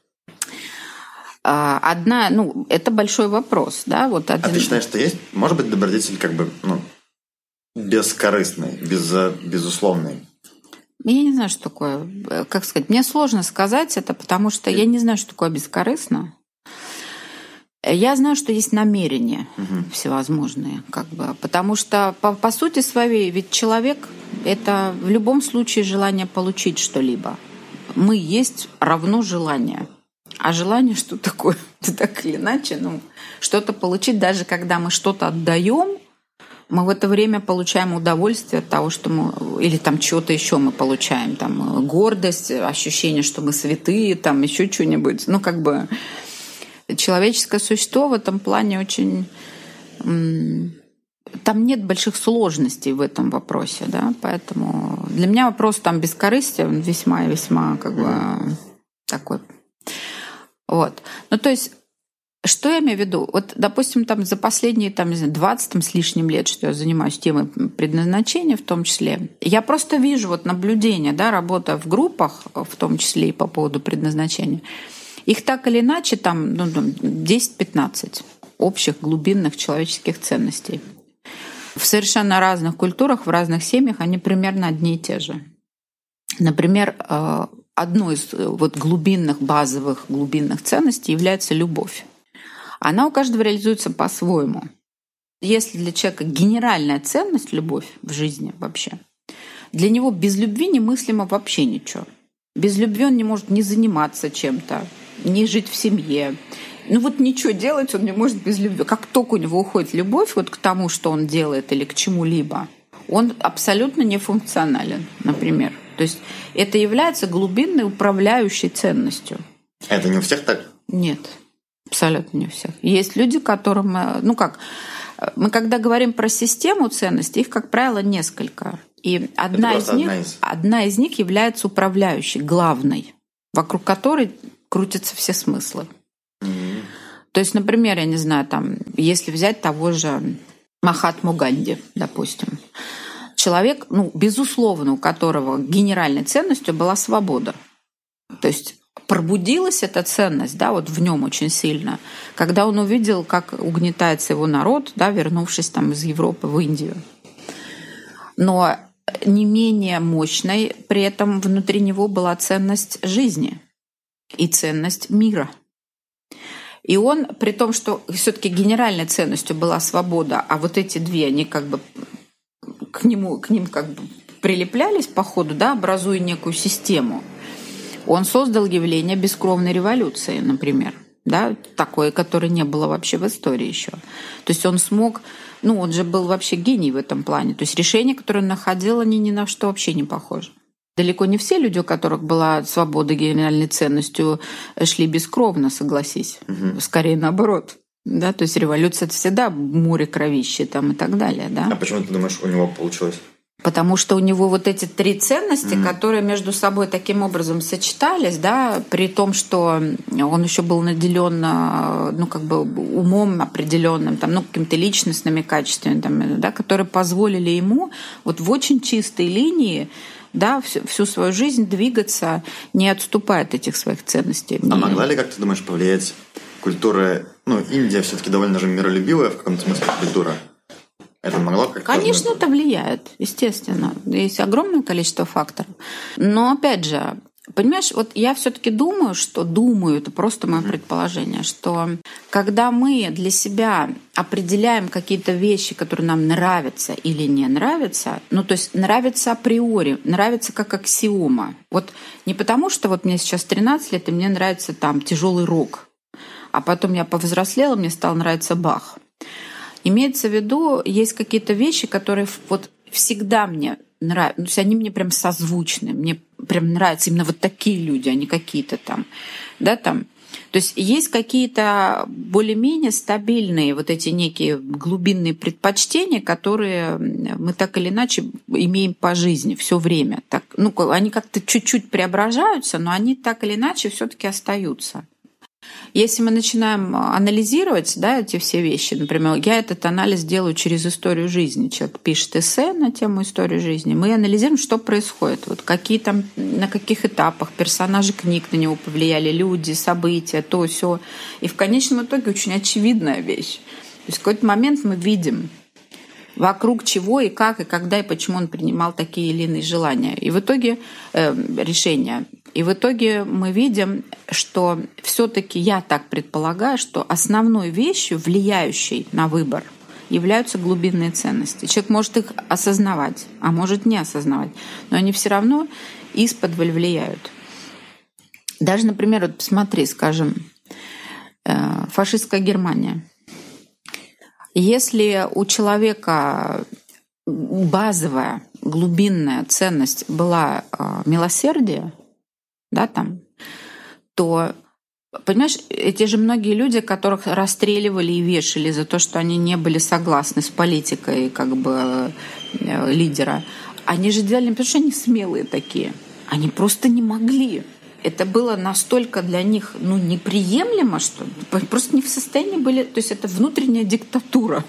Одна, ну, это большой вопрос, да, вот. Один... А ты считаешь, что есть, может быть, добродетель как бы, ну, бескорыстный, без, безусловный? Я не знаю, что такое, как сказать, мне сложно сказать это, потому что я не знаю, что такое бескорыстно. Я знаю, что есть намерения угу. всевозможные, как бы, потому что по, по сути своей, ведь человек — это в любом случае желание получить что-либо. Мы есть равно желание. А желание что такое? Так или иначе, ну, что-то получить, даже когда мы что-то отдаем, мы в это время получаем удовольствие от того, что мы, или там что-то еще мы получаем, там гордость, ощущение, что мы святые, там еще что-нибудь. Ну, как бы человеческое существо в этом плане очень... Там нет больших сложностей в этом вопросе, да, поэтому для меня вопрос там бескорыстия весьма и весьма как бы такой... Вот. Ну, то есть, что я имею в виду? Вот, допустим, там за последние там, не знаю, двадцать там, с лишним лет, что я занимаюсь темой предназначения в том числе, я просто вижу вот наблюдения, да, работая в группах, в том числе и по поводу предназначения, их так или иначе там ну, десять-пятнадцать общих глубинных человеческих ценностей. В совершенно разных культурах, в разных семьях они примерно одни и те же. Например, одной из вот глубинных, базовых глубинных ценностей является любовь. Она у каждого реализуется по-своему. Если для человека генеральная ценность — любовь в жизни вообще, для него без любви немыслимо вообще ничего. Без любви он не может ни заниматься чем-то, ни жить в семье. Ну вот ничего делать он не может без любви. Как только у него уходит любовь вот к тому, что он делает, или к чему-либо, он абсолютно нефункционален, например. То есть это является глубинной управляющей ценностью. Это не у всех так? Нет, абсолютно не у всех. Есть люди, которым... Ну как, мы когда говорим про систему ценностей, их, как правило, несколько. И одна из, них, одна, из... одна из них является управляющей, главной, вокруг которой крутятся все смыслы. Mm-hmm. То есть, например, я не знаю, там, если взять того же Махатму Ганди, допустим, человек, ну, безусловно, у которого генеральной ценностью была свобода. То есть пробудилась эта ценность, да, вот в нем очень сильно, когда он увидел, как угнетается его народ, да, вернувшись там из Европы в Индию. Но не менее мощной при этом внутри него была ценность жизни и ценность мира. И он, при том, что все-таки генеральной ценностью была свобода, а вот эти две, они как бы к нему, к ним как бы прилеплялись по ходу, да, образуя некую систему. Он создал явление бескровной революции, например, да, такое, которое не было вообще в истории еще. То есть он смог, ну, он же был вообще гений в этом плане. То есть решения, которые он находил, они ни на что вообще не похожи. Далеко не все люди, у которых была свобода генеральной ценностью, шли бескровно, согласись. Угу. Скорее наоборот. Да, то есть революция — это всегда море кровищи там и так далее, да. А почему ты думаешь, у него получилось? Потому что у него вот эти три ценности, mm-hmm. которые между собой таким образом сочетались, да, при том, что он еще был наделен, ну, как бы умом определенным, там, ну, какими-то личностными качествами, там, да, которые позволили ему вот в очень чистой линии, да, всю, всю свою жизнь двигаться, не отступая от этих своих ценностей. А могла ли, как ты думаешь, повлиять культура? Ну, Индия все-таки довольно же миролюбивая в каком-то смысле культура. Это могло как-то... Конечно, это влияет, естественно. Есть огромное количество факторов. Но, опять же, понимаешь, вот я все-таки думаю, что думаю, это просто мое mm-hmm. предположение, что когда мы для себя определяем какие-то вещи, которые нам нравятся или не нравятся, ну, то есть нравится априори, нравится как аксиома. Вот не потому, что вот мне сейчас тринадцать лет, и мне нравится там тяжелый рок, а потом я повзрослела, мне стал нравиться Бах. Имеется в виду, есть какие-то вещи, которые вот всегда мне нравятся. То есть они мне прям созвучны. Мне прям нравятся именно вот такие люди, а не какие-то там. Да, там. То есть есть какие-то более-менее стабильные вот эти некие глубинные предпочтения, которые мы так или иначе имеем по жизни все время. Так, ну, они как-то чуть-чуть преображаются, но они так или иначе все-таки остаются. Если мы начинаем анализировать, да, эти все вещи, например, я этот анализ делаю через историю жизни. Человек пишет эссе на тему истории жизни. Мы анализируем, что происходит, вот какие там, на каких этапах персонажи книг на него повлияли, люди, события, то, сё. И в конечном итоге очень очевидная вещь. То есть в какой-то момент мы видим, вокруг чего и как, и когда, и почему он принимал такие или иные желания. И в итоге э, решения. И в итоге мы видим, что все-таки я так предполагаю, что основной вещью, влияющей на выбор, являются глубинные ценности. Человек может их осознавать, а может не осознавать, но они все равно исподволь влияют. Даже, например, вот посмотри, скажем, фашистская Германия. Если у человека базовая, глубинная ценность была милосердие, да, там, то, понимаешь, эти же многие люди, которых расстреливали и вешали за то, что они не были согласны с политикой как бы лидера, они же делали не потому, что они смелые такие, они просто не могли. Это было настолько для них, ну, неприемлемо, что просто не в состоянии были... То есть это внутренняя диктатура.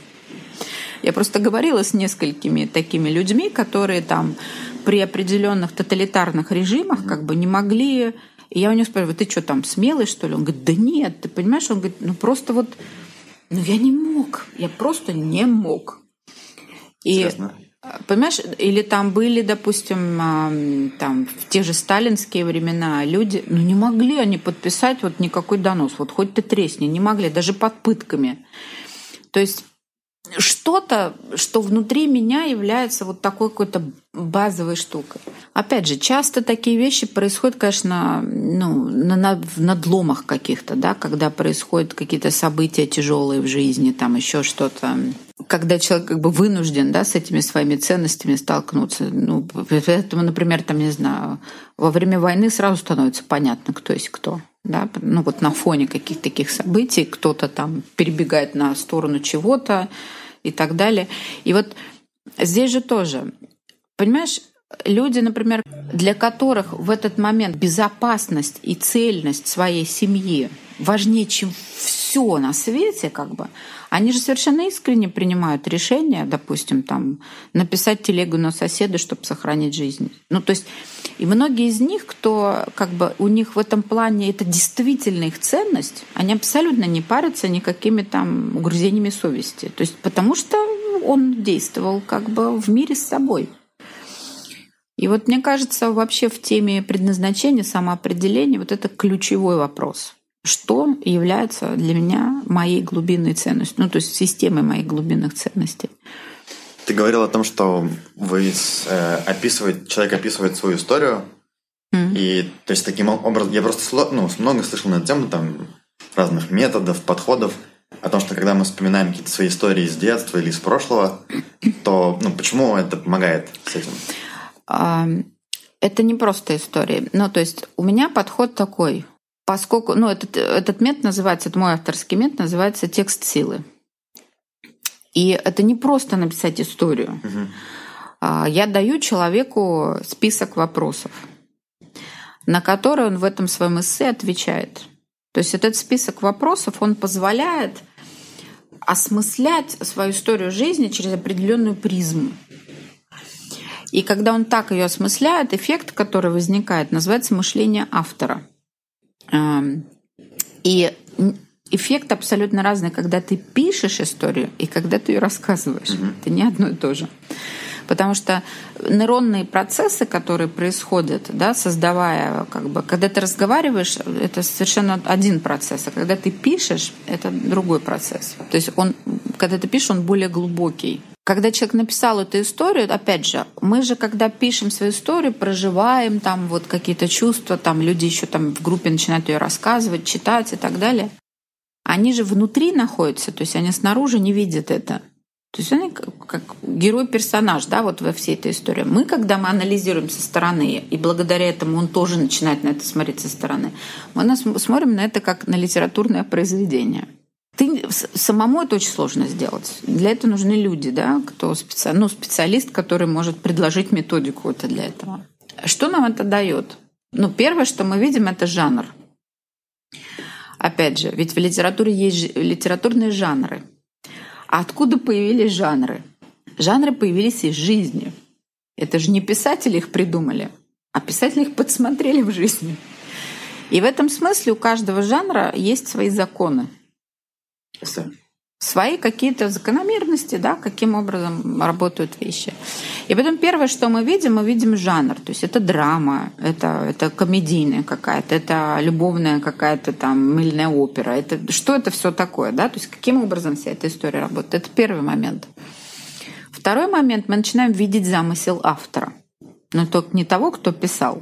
Я просто говорила с несколькими такими людьми, которые там при определенных тоталитарных режимах как бы не могли... И я у него спрашиваю, ты что там, смелый, что ли? Он говорит, да нет, ты понимаешь? Он говорит, ну просто вот... Ну я не мог, я просто не мог. И... Интересно. Понимаешь, или там были, допустим, там в те же сталинские времена люди, ну не могли они подписать вот никакой донос, вот хоть ты тресни, не могли, даже под пытками. То есть что-то, что внутри меня является вот такой какой-то базовой штукой. Опять же, часто такие вещи происходят, конечно, ну, на, на, в надломах каких-то, да, когда происходят какие-то события тяжелые в жизни, там еще что-то. Когда человек как бы вынужден, да, с этими своими ценностями столкнуться. Ну, поэтому, например, там, не знаю, во время войны сразу становится понятно, кто есть кто. Да? Ну вот на фоне каких-то таких событий кто-то там перебегает на сторону чего-то и так далее. И вот здесь же тоже, понимаешь, люди, например, для которых в этот момент безопасность и цельность своей семьи важнее, чем все на свете, как бы, они же совершенно искренне принимают решение, допустим, там, написать телегу на соседа, чтобы сохранить жизнь. Ну, то есть, и многие из них, кто, как бы, у них в этом плане это действительно их ценность, они абсолютно не парятся никакими там угрызениями совести. То есть, потому что он действовал как бы в мире с собой. И вот мне кажется, вообще в теме предназначения, самоопределения, вот это ключевой вопрос. Что является для меня моей глубинной ценностью, ну, то есть системой моих глубинных ценностей. Ты говорил о том, что вы э, описываете, человек описывает свою историю, mm-hmm. и то есть таким образом, я просто ну, много слышал на эту тему, там, разных методов, подходов, о том, что когда мы вспоминаем какие-то свои истории из детства или из прошлого, то ну, почему это помогает с этим? Это не просто история. Ну, то есть у меня подход такой. Поскольку, ну, этот, этот метод называется, это мой авторский метод, называется текст силы. И это не просто написать историю. Uh-huh. Я даю человеку список вопросов, на которые он в этом своем эссе отвечает. То есть этот список вопросов, он позволяет осмыслять свою историю жизни через определенную призму. И когда он так ее осмысляет, эффект, который возникает, называется мышление автора. И эффект абсолютно разный, когда ты пишешь историю и когда ты ее рассказываешь. Mm-hmm. Это не одно и то же. Потому что нейронные процессы, которые происходят, да, создавая, как бы, когда ты разговариваешь, это совершенно один процесс, а когда ты пишешь, это другой процесс. То есть он, когда ты пишешь, он более глубокий. Когда человек написал эту историю, опять же, мы же, когда пишем свою историю, проживаем там вот какие-то чувства, там люди еще там в группе начинают ее рассказывать, читать и так далее. Они же внутри находятся, то есть они снаружи не видят это. То есть они как, как герой-персонаж, да, вот во всей этой истории. Мы, когда мы анализируем со стороны, и благодаря этому он тоже начинает на это смотреть со стороны, мы смотрим на это как на литературное произведение. Ты, самому это очень сложно сделать. Для этого нужны люди, да, кто специ... ну, специалист, который может предложить методику это для этого. Что нам это дает? Ну, первое, что мы видим, это жанр. Опять же, ведь в литературе есть литературные жанры. А откуда появились жанры? Жанры появились из жизни. Это же не писатели их придумали, а писатели их подсмотрели в жизни. И в этом смысле у каждого жанра есть свои законы. Свои какие-то закономерности, да, каким образом работают вещи. И потом первое, что мы видим, мы видим жанр. То есть это драма, это, это комедийная какая-то, это любовная какая-то там мыльная опера. Это, что это все такое? Да? То есть каким образом вся эта история работает? Это первый момент. Второй момент, мы начинаем видеть замысел автора. Но только не того, кто писал,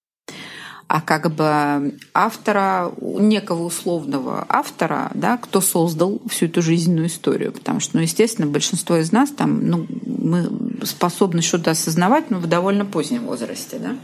а как бы автора, некого условного автора, да, кто создал всю эту жизненную историю. Потому что, ну, естественно, большинство из нас там, ну, мы способны что-то осознавать, но в довольно позднем возрасте. Да?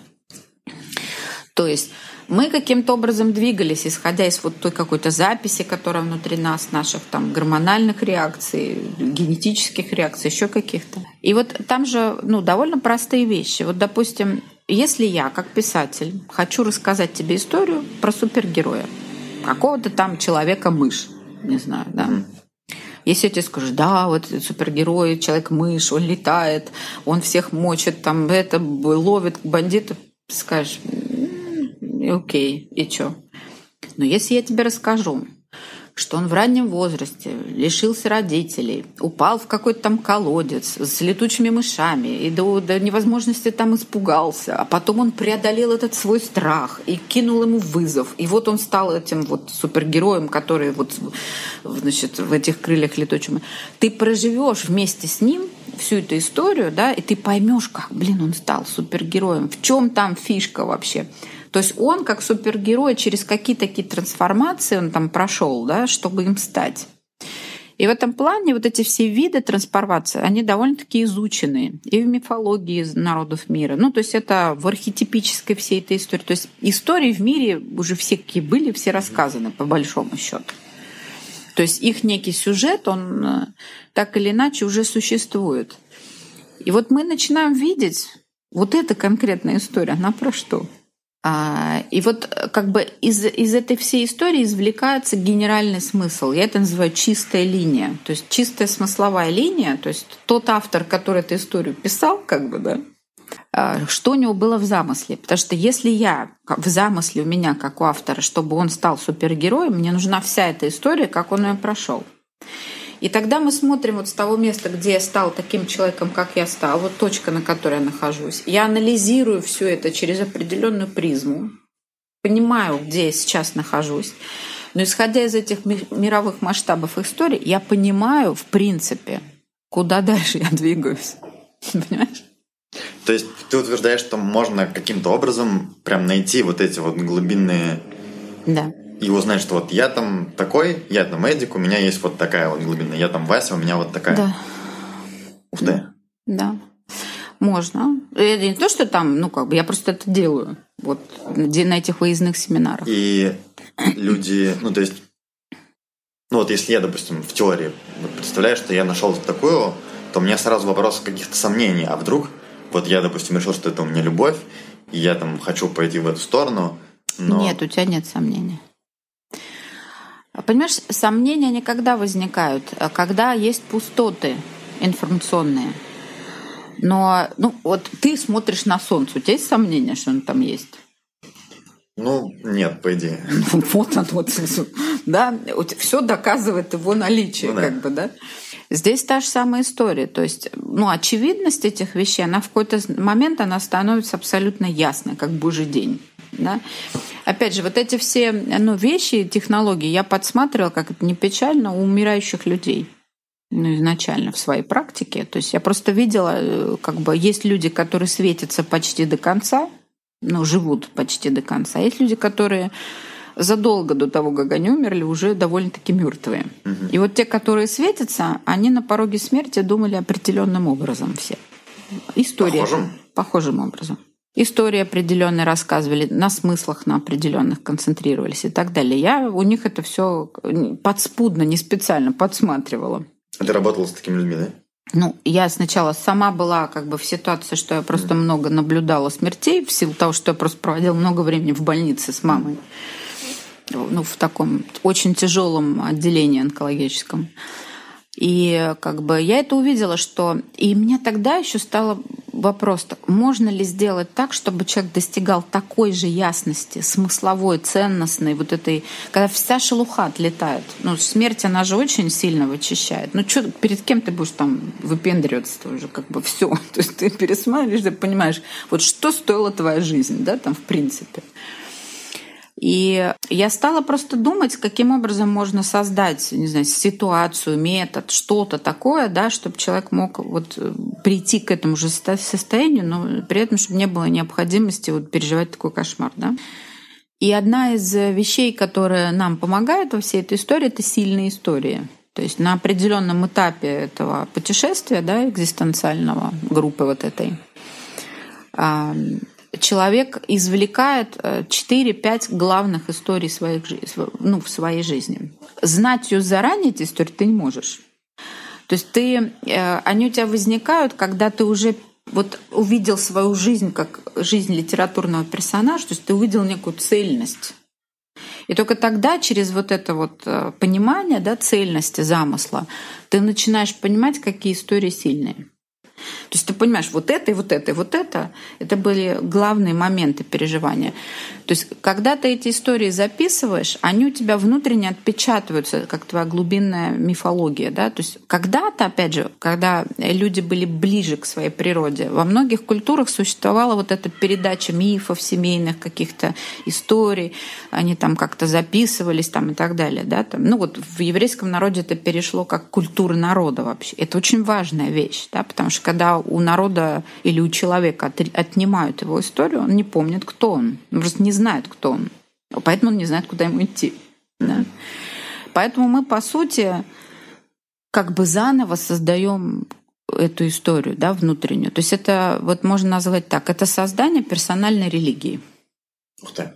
То есть мы каким-то образом двигались, исходя из вот той какой-то записи, которая внутри нас, наших там гормональных реакций, генетических реакций, еще каких-то. И вот там же, ну, довольно простые вещи. Вот, допустим, если я, как писатель, хочу рассказать тебе историю про супергероя, какого-то там человека-мышь, не знаю, да. Mm-hmm. Если я тебе скажу, да, вот супергерой, человек-мышь, он летает, он всех мочит, там это ловит бандитов, ты скажешь, окей, и чё? Но если я тебе расскажу, что он в раннем возрасте лишился родителей, упал в какой-то там колодец с летучими мышами и до, до невозможности там испугался, а потом он преодолел этот свой страх и кинул ему вызов. И вот он стал этим вот супергероем, который вот, значит, в этих крыльях летучих. Ты проживешь вместе с ним всю эту историю, да, и ты поймешь, как, блин, он стал супергероем, в чем там фишка вообще. То есть он, как супергерой, через какие-то такие трансформации он там прошел, да, чтобы им стать. И в этом плане вот эти все виды трансформации, они довольно-таки изучены и в мифологии народов мира. Ну, то есть это в архетипической всей этой истории. То есть истории в мире уже все какие были, все рассказаны по большому счету. То есть их некий сюжет, он так или иначе уже существует. И вот мы начинаем видеть, вот эта конкретная история, она про что? А, и вот как бы из, из этой всей истории извлекается генеральный смысл. Я это называю чистая линия. То есть чистая смысловая линия, то есть тот автор, который эту историю писал, как бы, да, а, что у него было в замысле. Потому что если я в замысле у меня, как у автора, чтобы он стал супергероем, мне нужна вся эта история, как он ее прошел. И тогда мы смотрим вот с того места, где я стал таким человеком, как я стал, вот точка, на которой я нахожусь. Я анализирую все это через определенную призму, понимаю, где я сейчас нахожусь. Но исходя из этих мировых масштабов истории, я понимаю, в принципе, куда дальше я двигаюсь. Понимаешь? То есть ты утверждаешь, что можно каким-то образом прям найти вот эти вот глубинные... Да. И узнать, что вот я там такой, я там Эдик, у меня есть вот такая вот глубина, я там Вася, у меня вот такая. Да. Ух ты. Да. Можно. Это не то, что там, ну как бы, я просто это делаю вот на этих выездных семинарах. И люди, ну, то есть, ну, вот если я, допустим, в теории представляю, что я нашел такую, то у меня сразу вопрос каких-то сомнений, а вдруг, вот я, допустим, решил, что это у меня любовь, и я там хочу пойти в эту сторону, но... Нет, у тебя нет сомнений. Понимаешь, сомнения никогда возникают, когда есть пустоты информационные. Но, ну, вот ты смотришь на солнце, у тебя есть сомнения, что оно там есть? Ну, нет, по идее. Ну, вот оно, вот, да, все доказывает его наличие, ну, да. Как бы, да. Здесь та же самая история. То есть, ну, очевидность этих вещей, она в какой-то момент она становится абсолютно ясной, как божий день. Да? Опять же, вот эти все ну, вещи, технологии я подсматривала, как это не печально, у умирающих людей. Ну, изначально в своей практике. То есть я просто видела, как бы есть люди, которые светятся почти до конца, ну, живут почти до конца. Есть люди, которые задолго до того, как они умерли, уже довольно-таки мертвые. Угу. И вот те, которые светятся, они на пороге смерти думали определенным образом все. История. Похожим? Похожим образом. Истории определенные рассказывали, на смыслах на определенных концентрировались и так далее. Я у них это все подспудно, не специально подсматривала. А ты работала с такими людьми, да? Ну, я сначала сама была как бы в ситуации, что я просто mm. много наблюдала смертей в силу того, что я просто проводила много времени в больнице с мамой. Mm. Ну, в таком очень тяжелом отделении онкологическом. И как бы я это увидела, что... И мне тогда еще стало вопрос, так, можно ли сделать так, чтобы человек достигал такой же ясности, смысловой, ценностной, вот этой... Когда вся шелуха отлетает. Ну, смерть, она же очень сильно вычищает. Ну, что, перед кем ты будешь там выпендриваться уже, как бы все. То есть ты пересматриваешь, ты понимаешь, вот что стоила твоя жизнь, да, там, в принципе. И я стала просто думать, каким образом можно создать, не знаю, ситуацию, метод, что-то такое, да, чтобы человек мог вот прийти к этому же состоянию, но при этом, чтобы не было необходимости вот переживать такой кошмар, да. И одна из вещей, которые нам помогают во всей этой истории, это сильные истории. То есть на определенном этапе этого путешествия, да, экзистенциального, группы вот этой, человек извлекает четыре-пять главных историй своих, ну, в своей жизни. Знать ее заранее, эти истории, ты не можешь. То есть ты, они у тебя возникают, когда ты уже вот увидел свою жизнь как жизнь литературного персонажа, то есть ты увидел некую цельность. И только тогда, через вот это вот понимание, да, цельности замысла, ты начинаешь понимать, какие истории сильные. То есть ты понимаешь, вот это и вот это и вот это, это были главные моменты переживания. То есть когда ты эти истории записываешь, они у тебя внутренне отпечатываются, как твоя глубинная мифология. Да? То есть когда-то, опять же, когда люди были ближе к своей природе, во многих культурах существовала вот эта передача мифов, семейных каких-то историй, они там как-то записывались там, и так далее. Да? Там, ну вот в еврейском народе это перешло как культура народа вообще. Это очень важная вещь, да? Потому что когда у народа или у человека отнимают его историю, он не помнит, кто он. Он просто не знает, кто он. Поэтому он не знает, куда ему идти. Да? Поэтому мы, по сути, как бы заново создаем эту историю, да, внутреннюю. То есть это, вот можно назвать так, это создание персональной религии. Ух ты.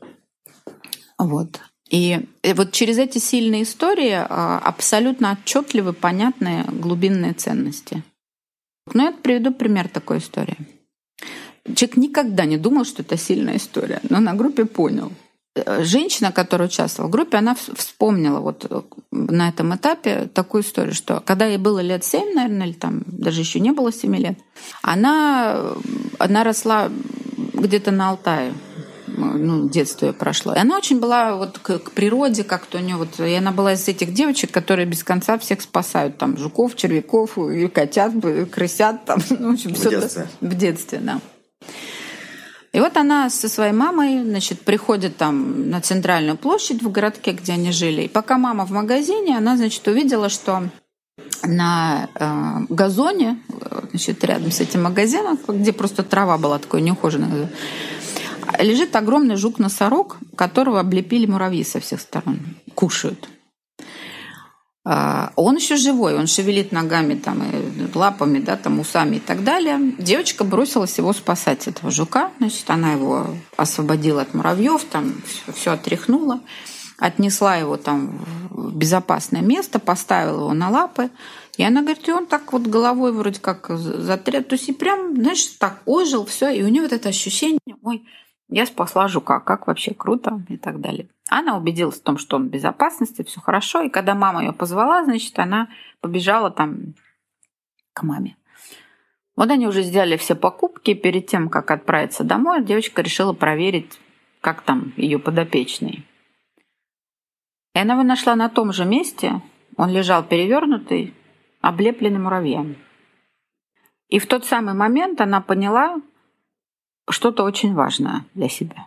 Вот. И вот через эти сильные истории абсолютно отчетливы, понятные глубинные ценности. Ну, я приведу пример такой истории. Человек никогда не думал, что это сильная история, но на группе понял. Женщина, которая участвовала в группе, она вспомнила вот на этом этапе такую историю, что когда ей было лет семь, наверное, или там даже еще не было семи лет, она, она росла где-то на Алтае. Ну, детство ее прошло. И она очень была вот к, к природе, как-то у нее вот... И она была из этих девочек, которые без конца всех спасают. Там жуков, червяков, и котят, и крысят. Там, ну, в общем, в всё детстве. Это, в детстве, да. И вот она со своей мамой, значит, приходит там на центральную площадь в городке, где они жили. И пока мама в магазине, она, значит, увидела, что на э, газоне, значит, рядом с этим магазином, где просто трава была такой неухоженная, лежит огромный жук-носорог, которого облепили муравьи со всех сторон. Кушают. Он еще живой, он шевелит ногами, там, и лапами, да, там, усами и так далее. Девочка бросилась его спасать, этого жука. Значит, она его освободила от муравьев, там все отряхнула. отнесла его там в безопасное место, поставила его на лапы. И она говорит, и он так вот головой вроде как затряс. То есть и прям, знаешь, так ожил, все. И у нее вот это ощущение, ой, я спасла жука, как вообще круто и так далее. Она убедилась в том, что он в безопасности, все хорошо. И когда мама ее позвала, значит, она побежала там к маме. Вот они уже сделали все покупки. Перед тем, как отправиться домой, девочка решила проверить, как там ее подопечный. И она его нашла на том же месте. Он лежал перевернутый, облепленный муравьями. И в тот самый момент она поняла что-то очень важное для себя.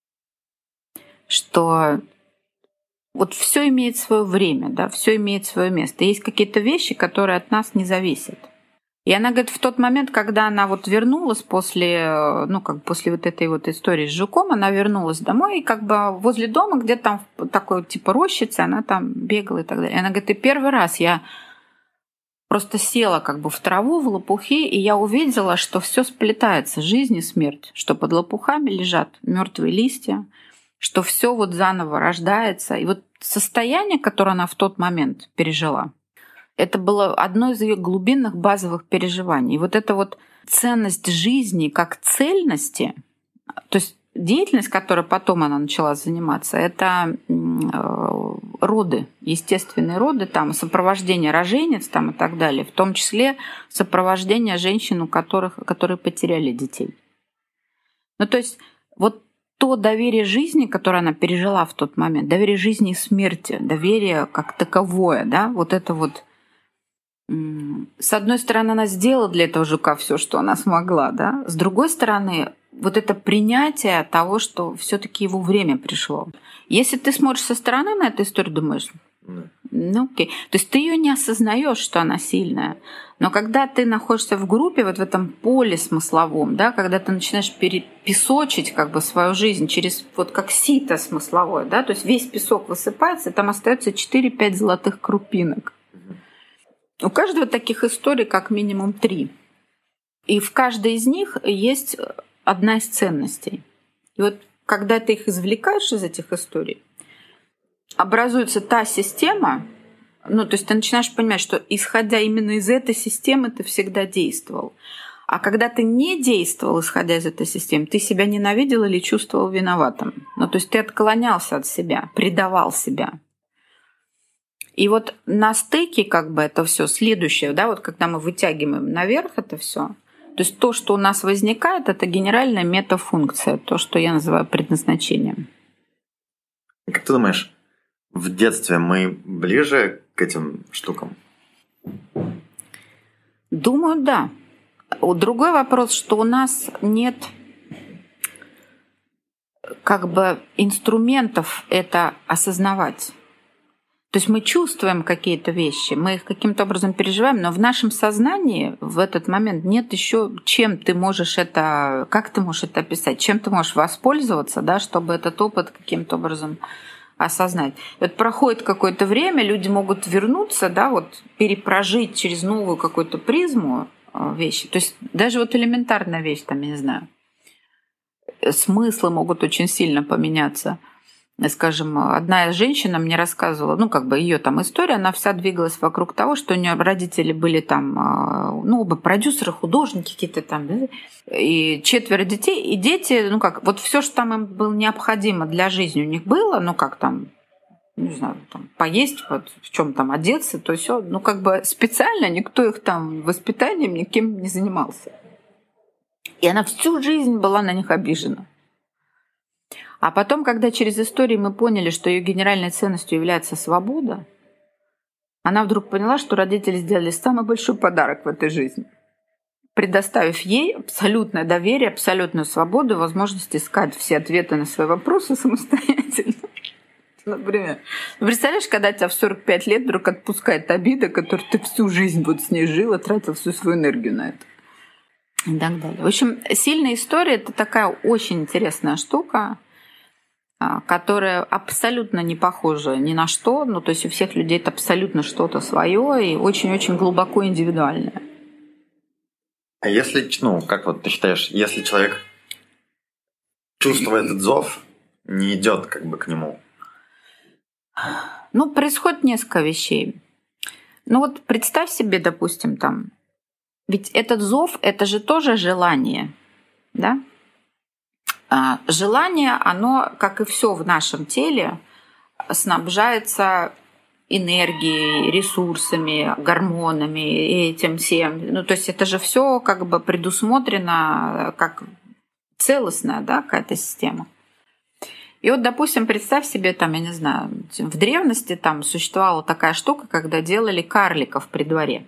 Что вот все имеет свое время, да, все имеет свое место. Есть какие-то вещи, которые от нас не зависят. И она говорит, в тот момент, когда она вот вернулась после, ну, как после вот этой вот истории с жуком, она вернулась домой, и как бы возле дома, где там такой типа рощица, она там бегала и так далее. И она говорит, и первый раз я просто села как бы в траву, в лопухи, и я увидела, что все сплетается, жизнь и смерть, что под лопухами лежат мертвые листья, что все вот заново рождается. И вот состояние, которое она в тот момент пережила, это было одно из ее глубинных базовых переживаний. И вот эта вот ценность жизни как цельности, то есть деятельность, которой потом она начала заниматься, это роды, естественные роды, там, сопровождение роженец там, и так далее, в том числе сопровождение женщин, у которых, которые потеряли детей. Ну, то есть вот то доверие жизни, которое она пережила в тот момент, доверие жизни и смерти, доверие как таковое, да, вот это вот. С одной стороны, она сделала для этого жука все, что она смогла, да. С другой стороны, вот это принятие того, что все-таки его время пришло. Если ты смотришь со стороны на эту историю, думаешь, ну окей. То есть ты ее не осознаешь, что она сильная. Но когда ты находишься в группе, вот в этом поле смысловом, да, когда ты начинаешь перепесочить как бы свою жизнь через вот как сито смысловое, да, то есть весь песок высыпается, и там остается четыре-пять золотых крупинок. У каждого таких историй как минимум три. И в каждой из них есть одна из ценностей. И вот когда ты их извлекаешь из этих историй, образуется та система, ну, то есть ты начинаешь понимать, что исходя именно из этой системы ты всегда действовал. А когда ты не действовал, исходя из этой системы, ты себя ненавидел или чувствовал виноватым. Ну, то есть ты отклонялся от себя, предавал себя. И вот на стыке как бы это все следующее, да, вот когда мы вытягиваем наверх это все, то есть то, что у нас возникает, это генеральная метафункция, то, что я называю предназначением. Как ты думаешь, в детстве мы ближе к этим штукам? Думаю, да. Другой вопрос, что у нас нет как бы инструментов это осознавать. То есть мы чувствуем какие-то вещи, мы их каким-то образом переживаем, но в нашем сознании в этот момент нет еще, чем ты можешь это, как ты можешь это описать, чем ты можешь воспользоваться, да, чтобы этот опыт каким-то образом осознать. И вот проходит какое-то время, люди могут вернуться, да, вот перепрожить через новую какую-то призму вещи. То есть даже вот элементарная вещь, там, я не знаю, смыслы могут очень сильно поменяться. Скажем, одна женщина мне рассказывала, ну, как бы ее там история, она вся двигалась вокруг того, что у нее родители были там, ну, оба продюсеры, художники какие-то там, да, и четверо детей, и дети, ну, как, вот все, что там им было необходимо для жизни у них было, ну, как там, не знаю, там, поесть, вот, в чем там одеться, то все, ну, как бы специально никто их там воспитанием никем не занимался. И она всю жизнь была на них обижена. А потом, когда через историю мы поняли, что ее генеральной ценностью является свобода, она вдруг поняла, что родители сделали самый большой подарок в этой жизни, предоставив ей абсолютное доверие, абсолютную свободу и возможность искать все ответы на свои вопросы самостоятельно. Например, представляешь, когда тебя в сорок пять лет вдруг отпускает обида, которую ты всю жизнь вот с ней жил и тратил всю свою энергию на это. И так далее. В общем, сильная история – это такая очень интересная штука, которая абсолютно не похожа ни на что. Ну, то есть у всех людей это абсолютно что-то свое и очень-очень глубоко индивидуальное. А если, ну, как вот ты считаешь, если человек, чувствуя этот зов, не идет как бы к нему, Ну, происходит несколько вещей. Ну вот представь себе, допустим, там, ведь этот зов — это же тоже желание, да? А желание, оно, как и все в нашем теле, снабжается энергией, ресурсами, гормонами, этим всем. Ну, то есть это же все как бы предусмотрено как целостная, да, какая-то система. И вот, допустим, представь себе, там, я не знаю, в древности там существовала такая штука, когда делали карликов при дворе.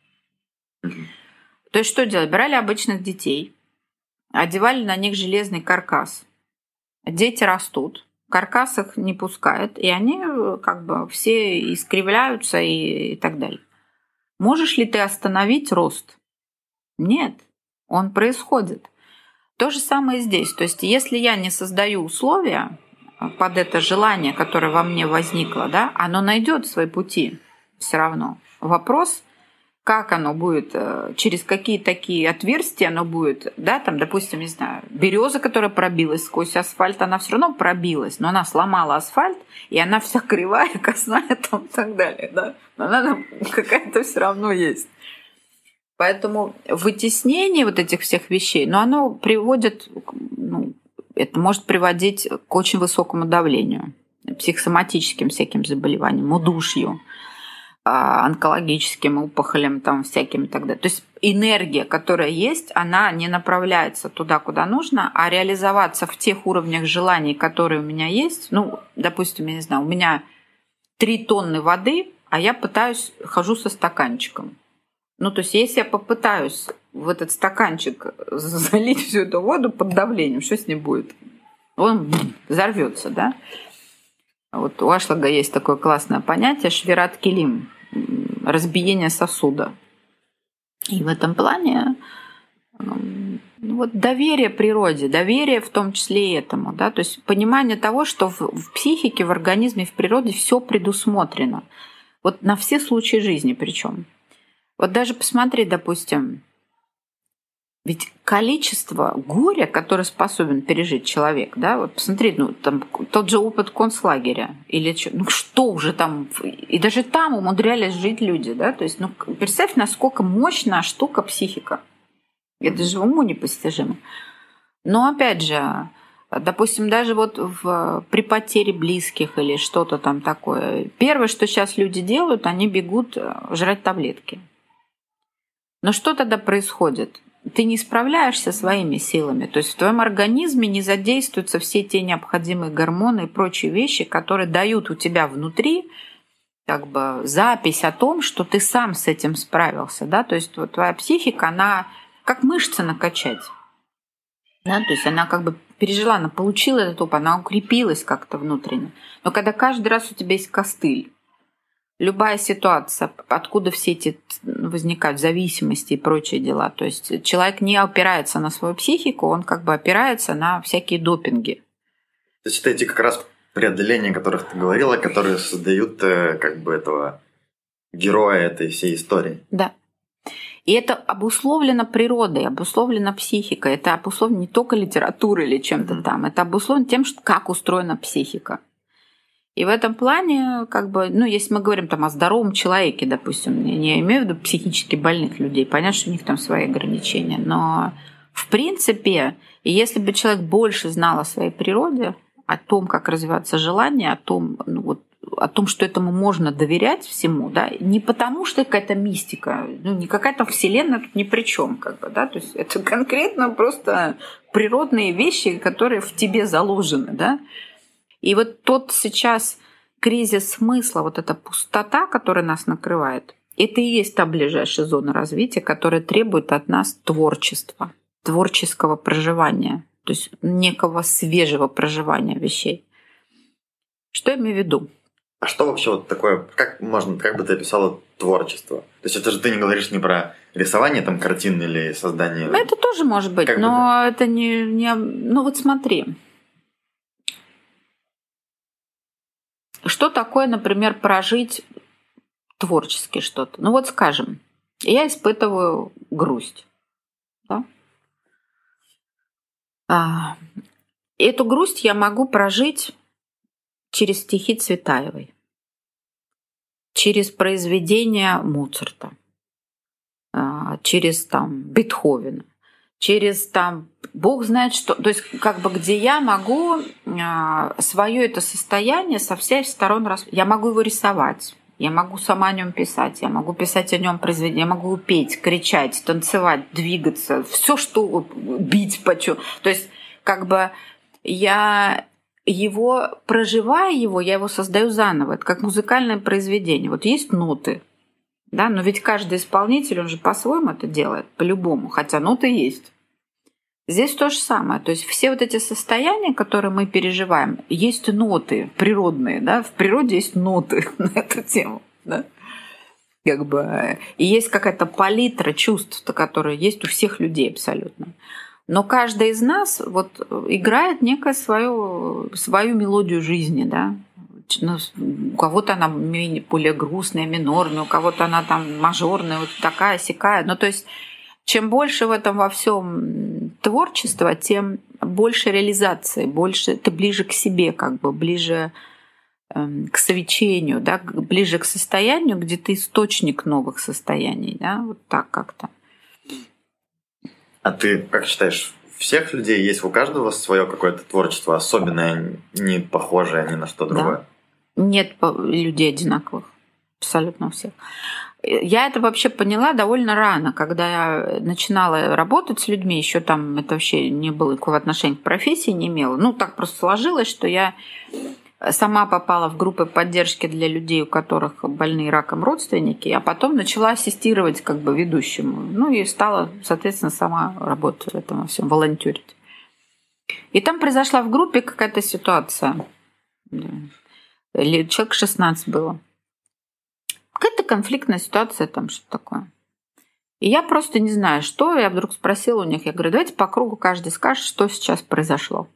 То есть что делали? Брали обычных детей, одевали на них железный каркас. Дети растут, каркас их не пускает, и они как бы все искривляются и, и так далее. Можешь ли ты остановить рост? Нет, он происходит. То же самое здесь. То есть если я не создаю условия под это желание, которое во мне возникло, да, оно найдет свои пути все равно. Вопрос, как оно будет, через какие такие отверстия оно будет, да, там, допустим, не знаю, береза, которая пробилась сквозь асфальт, она все равно пробилась, но она сломала асфальт, и она вся кривая, косая там и так далее, да, но она какая-то все равно есть. Поэтому вытеснение вот этих всех вещей, но оно приводит, ну, это может приводить к очень высокому давлению, психосоматическим всяким заболеваниям, удушью, онкологическим опухолям, там, всяким и так далее. То есть энергия, которая есть, она не направляется туда, куда нужно, а реализоваться в тех уровнях желаний, которые у меня есть. Ну, допустим, я не знаю, у меня три тонны воды, а я пытаюсь, хожу со стаканчиком. Ну, то есть если я попытаюсь в этот стаканчик залить всю эту воду под давлением, что с ним будет? Он взорвется, да? Вот у Ашлага есть такое классное понятие швират килим, разбиение сосуда. И в этом плане ну, вот доверие природе, доверие в том числе и этому, да, то есть понимание того, что в, в психике, в организме, в природе все предусмотрено. Вот на все случаи жизни причем. Вот даже посмотри, допустим, ведь количество горя, которое способен пережить человек, да, вот посмотри, ну, там тот же опыт концлагеря, или что, ну что уже там, и даже там умудрялись жить люди, да, то есть, ну, представь, насколько мощная штука психика. Это же уму непостижимо. Но опять же, допустим, даже вот в, при потере близких или что-то там такое, первое, что сейчас люди делают, они бегут жрать таблетки. Но что тогда происходит? Ты не справляешься своими силами. То есть в твоем организме не задействуются все те необходимые гормоны и прочие вещи, которые дают у тебя внутри как бы запись о том, что ты сам с этим справился. Да? То есть вот твоя психика, она как мышцы накачать. Да? То есть она как бы пережила, она получила этот опыт, она укрепилась как-то внутренне. Но когда каждый раз у тебя есть костыль, любая ситуация, откуда все эти возникают зависимости и прочие дела. То есть человек не опирается на свою психику, он как бы опирается на всякие допинги. То есть это эти как раз преодоления, о которых ты говорила, которые создают как бы этого героя этой всей истории. Да. И это обусловлено природой, обусловлено психикой. Это обусловлено не только литературой или чем-то mm-hmm. там. Это обусловлено тем, как устроена психика. И в этом плане, как бы, ну, если мы говорим там о здоровом человеке, допустим, я не имею в виду психически больных людей, понятно, что у них там свои ограничения, но в принципе, если бы человек больше знал о своей природе, о том, как развиваться желание, о том, ну, вот, о том, что этому можно доверять всему, да, не потому что какая-то мистика, ну, не какая-то вселенная тут ни при чем, как бы, да, то есть это конкретно просто природные вещи, которые в тебе заложены, да. И вот тот сейчас кризис смысла, вот эта пустота, которая нас накрывает, это и есть та ближайшая зона развития, которая требует от нас творчества, творческого проживания, то есть некого свежего проживания вещей. Что я имею в виду? А что вообще вот такое, как можно, как бы ты описала творчество? То есть это же ты не говоришь не про рисование там картин или создание... Это тоже может быть, как но бы... это не, не... Ну вот смотри. Что такое, например, прожить творчески что-то? Ну вот скажем, я испытываю грусть. Да? А, эту грусть я могу прожить через стихи Цветаевой. через произведения Моцарта, через там Бетховена, через там Бог знает что. То есть как бы где я могу свое это состояние со всех сторон раз. Я могу его рисовать. Я могу сама о нем писать, я могу писать о нем произведения, я могу петь, кричать, танцевать, двигаться, все что бить почему. То есть как бы я его проживая его, я его создаю заново. Это как музыкальное произведение. Вот есть ноты, да, но ведь каждый исполнитель он же по-своему это делает, по-любому, хотя ноты есть. Здесь то же самое. То есть все вот эти состояния, которые мы переживаем, есть ноты природные, да, в природе есть ноты на эту тему, да. Как бы, и есть какая-то палитра чувств, которые есть у всех людей абсолютно. Но каждый из нас вот играет некую свою, свою мелодию жизни, да. У кого-то она более грустная, минорная, у кого-то она там мажорная, вот такая, сякая. Ну, то есть чем больше в этом во всем творчества, тем больше реализации, больше ты ближе к себе, как бы ближе э, к свечению, да, ближе к состоянию, где ты источник новых состояний, да, вот так как-то. А ты как считаешь, у всех людей есть, у каждого свое какое-то творчество особенное, не похожее ни на что другое? Да. Нет людей одинаковых, абсолютно у всех. Я это вообще поняла довольно рано, когда я начинала работать с людьми, еще там это вообще не было никакого отношения к профессии, не имело. Ну, так просто сложилось, что я сама попала в группы поддержки для людей, у которых больные раком родственники, а потом начала ассистировать как бы ведущему. Ну и стала, соответственно, сама работать в этом во всем, волонтерить. И там произошла в группе какая-то ситуация. Человек шестнадцать было. Какая-то конфликтная ситуация, там что-то такое. И я просто не знаю, что. Я вдруг спросила у них, я говорю, давайте по кругу каждый скажет, что сейчас произошло.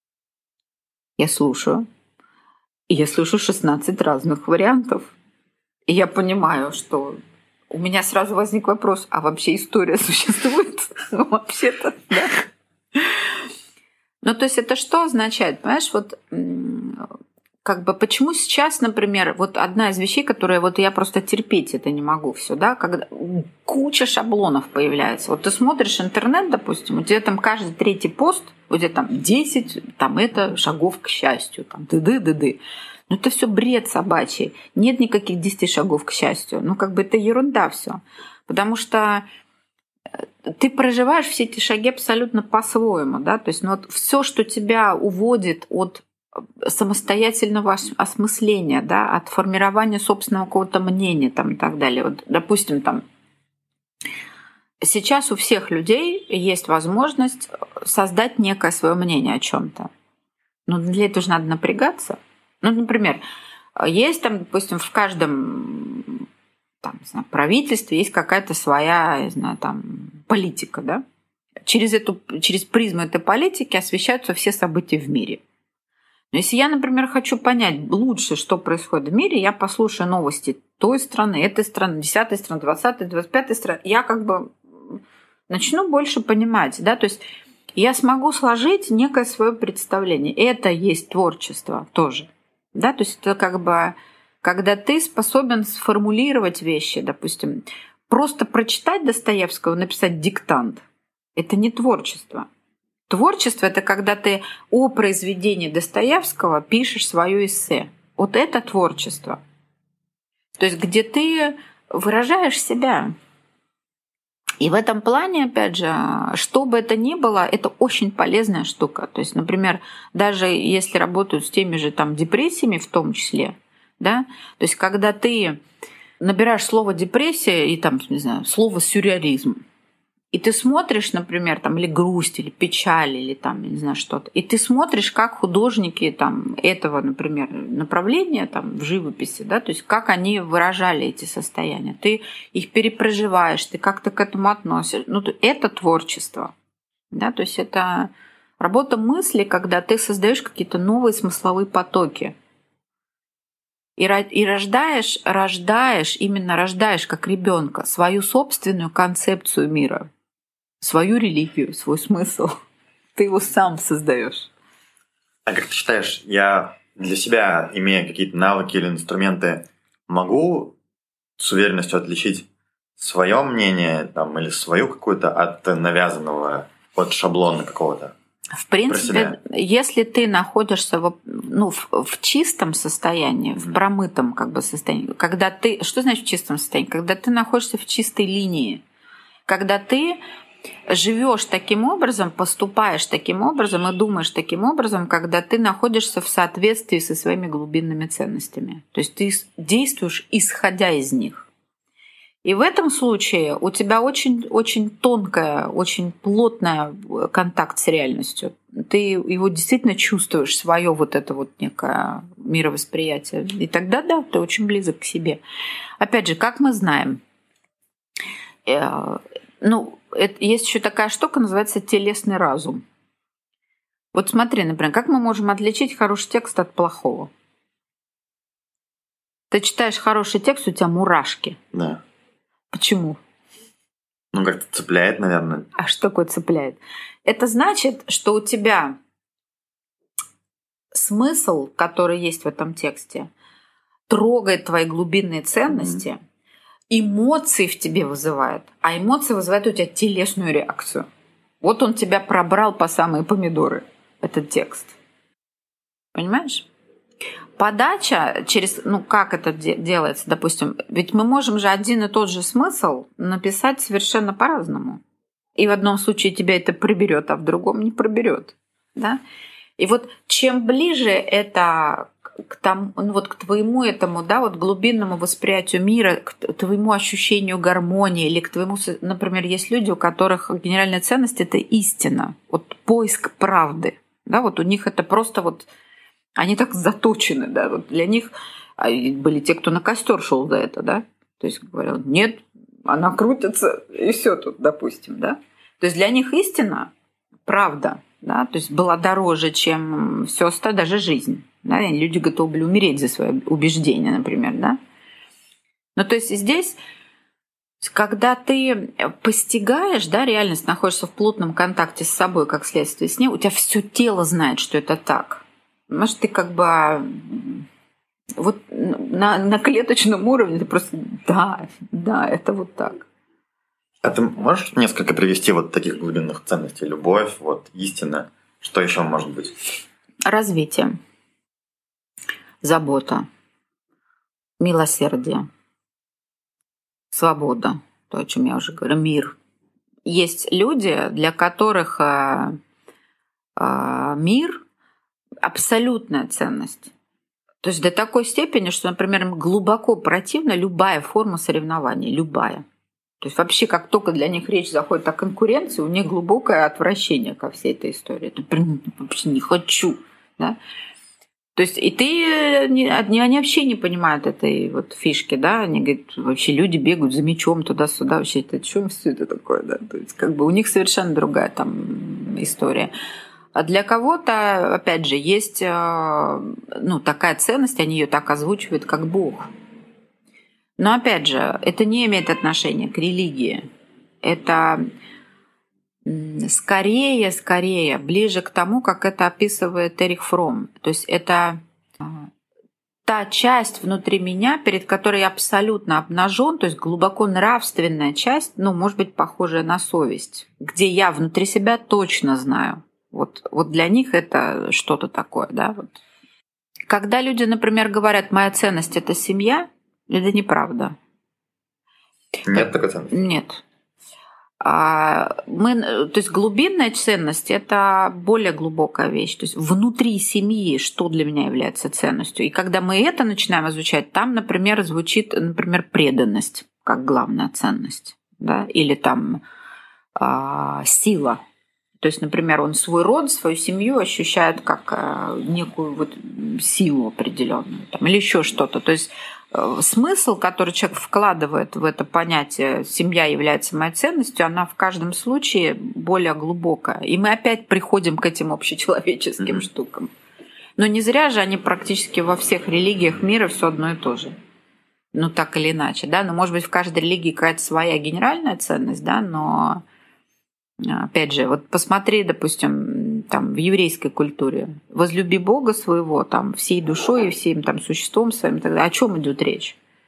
Я слушаю. И я слышу шестнадцать разных вариантов. И я понимаю, что у меня сразу возник вопрос, а вообще история существует? Вообще-то, да. Ну, то есть это что означает? Понимаешь, вот как бы почему сейчас, например, вот одна из вещей, которые вот я просто терпеть это не могу все, да, когда куча шаблонов появляется. Вот ты смотришь интернет, допустим, у тебя там каждый третий пост, у тебя там десять, там это шагов к счастью, там ды-ды-ды-ды. Ну это все бред собачий. Нет никаких десяти шагов к счастью. Ну как бы это ерунда все, потому что ты проживаешь все эти шаги абсолютно по-своему, да, то есть ну, вот все, что тебя уводит от самостоятельного осмысления, да, от формирования собственного какого-то мнения там, и так далее. Вот, допустим, там, сейчас у всех людей есть возможность создать некое свое мнение о чем-то. Но для этого же надо напрягаться. Ну, например, есть там, допустим, в каждом там, не знаю, правительстве есть какая-то своя, не знаю, там, политика, да. Через эту, через призму этой политики освещаются все события в мире. Но если я, например, хочу понять лучше, что происходит в мире, я послушаю новости той страны, этой страны, десятой страны, двадцатой, двадцать пятой страны, я как бы начну больше понимать, да, то есть я смогу сложить некое свое представление. Это есть творчество тоже, да, то есть это как бы, когда ты способен сформулировать вещи, допустим, просто прочитать Достоевского, написать диктант, это не творчество. Творчество – это когда ты о произведении Достоевского пишешь свое эссе. Вот это творчество. То есть где ты выражаешь себя. И в этом плане, опять же, что бы это ни было, это очень полезная штука. То есть, например, даже если работают с теми же там, депрессиями в том числе, да, то есть когда ты набираешь слово «депрессия» и там, не знаю, слово «сюрреализм», и ты смотришь, например, там, или грусть, или печаль, или там, не знаю, что-то, и ты смотришь, как художники там, этого, например, направления там, в живописи, да, то есть как они выражали эти состояния. Ты их перепроживаешь, ты как-то к этому относишься. Ну, это творчество. Да, то есть это работа мысли, когда ты создаешь какие-то новые смысловые потоки. И рождаешь, рождаешь, именно рождаешь как ребенка свою собственную концепцию мира. Свою религию, свой смысл. Ты его сам создаешь. А как ты считаешь, я для себя, имея какие-то навыки или инструменты, могу с уверенностью отличить свое мнение там, или свою какую-то от навязанного, от шаблона какого-то? В принципе, если ты находишься в, ну, в, в чистом состоянии, в промытом как бы состоянии, когда ты, что значит в чистом состоянии? Когда ты находишься в чистой линии, когда ты живешь таким образом, поступаешь таким образом и думаешь таким образом, когда ты находишься в соответствии со своими глубинными ценностями. То есть ты действуешь, исходя из них. И в этом случае у тебя очень, очень тонкая, очень плотная контакт с реальностью. Ты его действительно чувствуешь, свое вот это вот некое мировосприятие. И тогда, да, ты очень близок к себе. Опять же, как мы знаем, ну, это, есть еще такая штука, называется телесный разум. Вот смотри, например, как мы можем отличить хороший текст от плохого? Ты читаешь хороший текст, у тебя мурашки. Да. Почему? Ну, как-то цепляет, наверное. А что такое цепляет? Это значит, что у тебя смысл, который есть в этом тексте, трогает твои глубинные ценности, mm-hmm. эмоции в тебе вызывает, а эмоции вызывают у тебя телесную реакцию. Вот он тебя пробрал по самые помидоры, этот текст. Понимаешь? Подача через, ну как это де- делается, допустим, ведь мы можем же один и тот же смысл написать совершенно по-разному. И в одном случае тебя это проберет, а в другом не проберет, да? И вот чем ближе это к тому, ну вот к твоему этому, да, вот глубинному восприятию мира, к твоему ощущению гармонии или к твоему, например, есть люди, у которых генеральная ценность — это истина, вот поиск правды, да, вот у них это просто вот они так заточены, да, вот для них были те, кто на костер шел за это, да, то есть говорил, нет, она крутится, и все тут, допустим, да. То есть для них истина, правда, да, то есть была дороже, чем все остальное, даже жизнь. Да, люди готовы были умереть за свои убеждения, например, да. Ну, то есть здесь, когда ты постигаешь, да, реальность, находишься в плотном контакте с собой, как следствие с ней, у тебя все тело знает, что это так. Может, ты как бы вот на, на клеточном уровне ты просто да, да, это вот так. А ты можешь несколько привести вот таких глубинных ценностей? Любовь, вот истина. Что еще может быть? Развитие, забота, милосердие, свобода, то, о чем я уже говорю, мир. Есть люди, для которых э, э, мир абсолютная ценность. То есть до такой степени, что, например, им глубоко противна любая форма соревнований, любая. То есть вообще, как только для них речь заходит о конкуренции, у них глубокое отвращение ко всей этой истории. Это вообще не хочу. Да? То есть и ты, они, они вообще не понимают этой вот фишки, да, они говорят, вообще люди бегают за мячом туда-сюда, вообще это что это такое, да, то есть как бы у них совершенно другая там история. А для кого-то, опять же, есть ну, такая ценность, они ее так озвучивают, как Бог. Но, опять же, это не имеет отношения к религии. Это скорее, скорее, ближе к тому, как это описывает Эрих Фромм. То есть это та часть внутри меня, перед которой я абсолютно обнажен, то есть глубоко нравственная часть, ну, может быть, похожая на совесть, где я внутри себя точно знаю. Вот, вот для них это что-то такое, да. Вот. Когда люди, например, говорят, моя ценность — это семья, это неправда. Нет такой ценности? Нет. А мы, то есть глубинная ценность — это более глубокая вещь. То есть внутри семьи что для меня является ценностью. И когда мы это начинаем изучать, там, например, звучит, например, преданность как главная ценность, да? Или там а, сила. То есть, например, он свой род, свою семью ощущает как некую вот силу определенную, там, или еще что-то. То есть смысл, который человек вкладывает в это понятие «семья является моей ценностью», она в каждом случае более глубокая. И мы опять приходим к этим общечеловеческим mm-hmm. штукам. Но не зря же они практически во всех религиях мира все одно и то же. Ну, так или иначе, да. Ну, может быть, в каждой религии какая-то своя генеральная ценность, да, но... Опять же, вот посмотри, допустим, там, в еврейской культуре. Возлюби Бога своего там, всей душой и всем там, существом своим. Тогда о чем идет речь?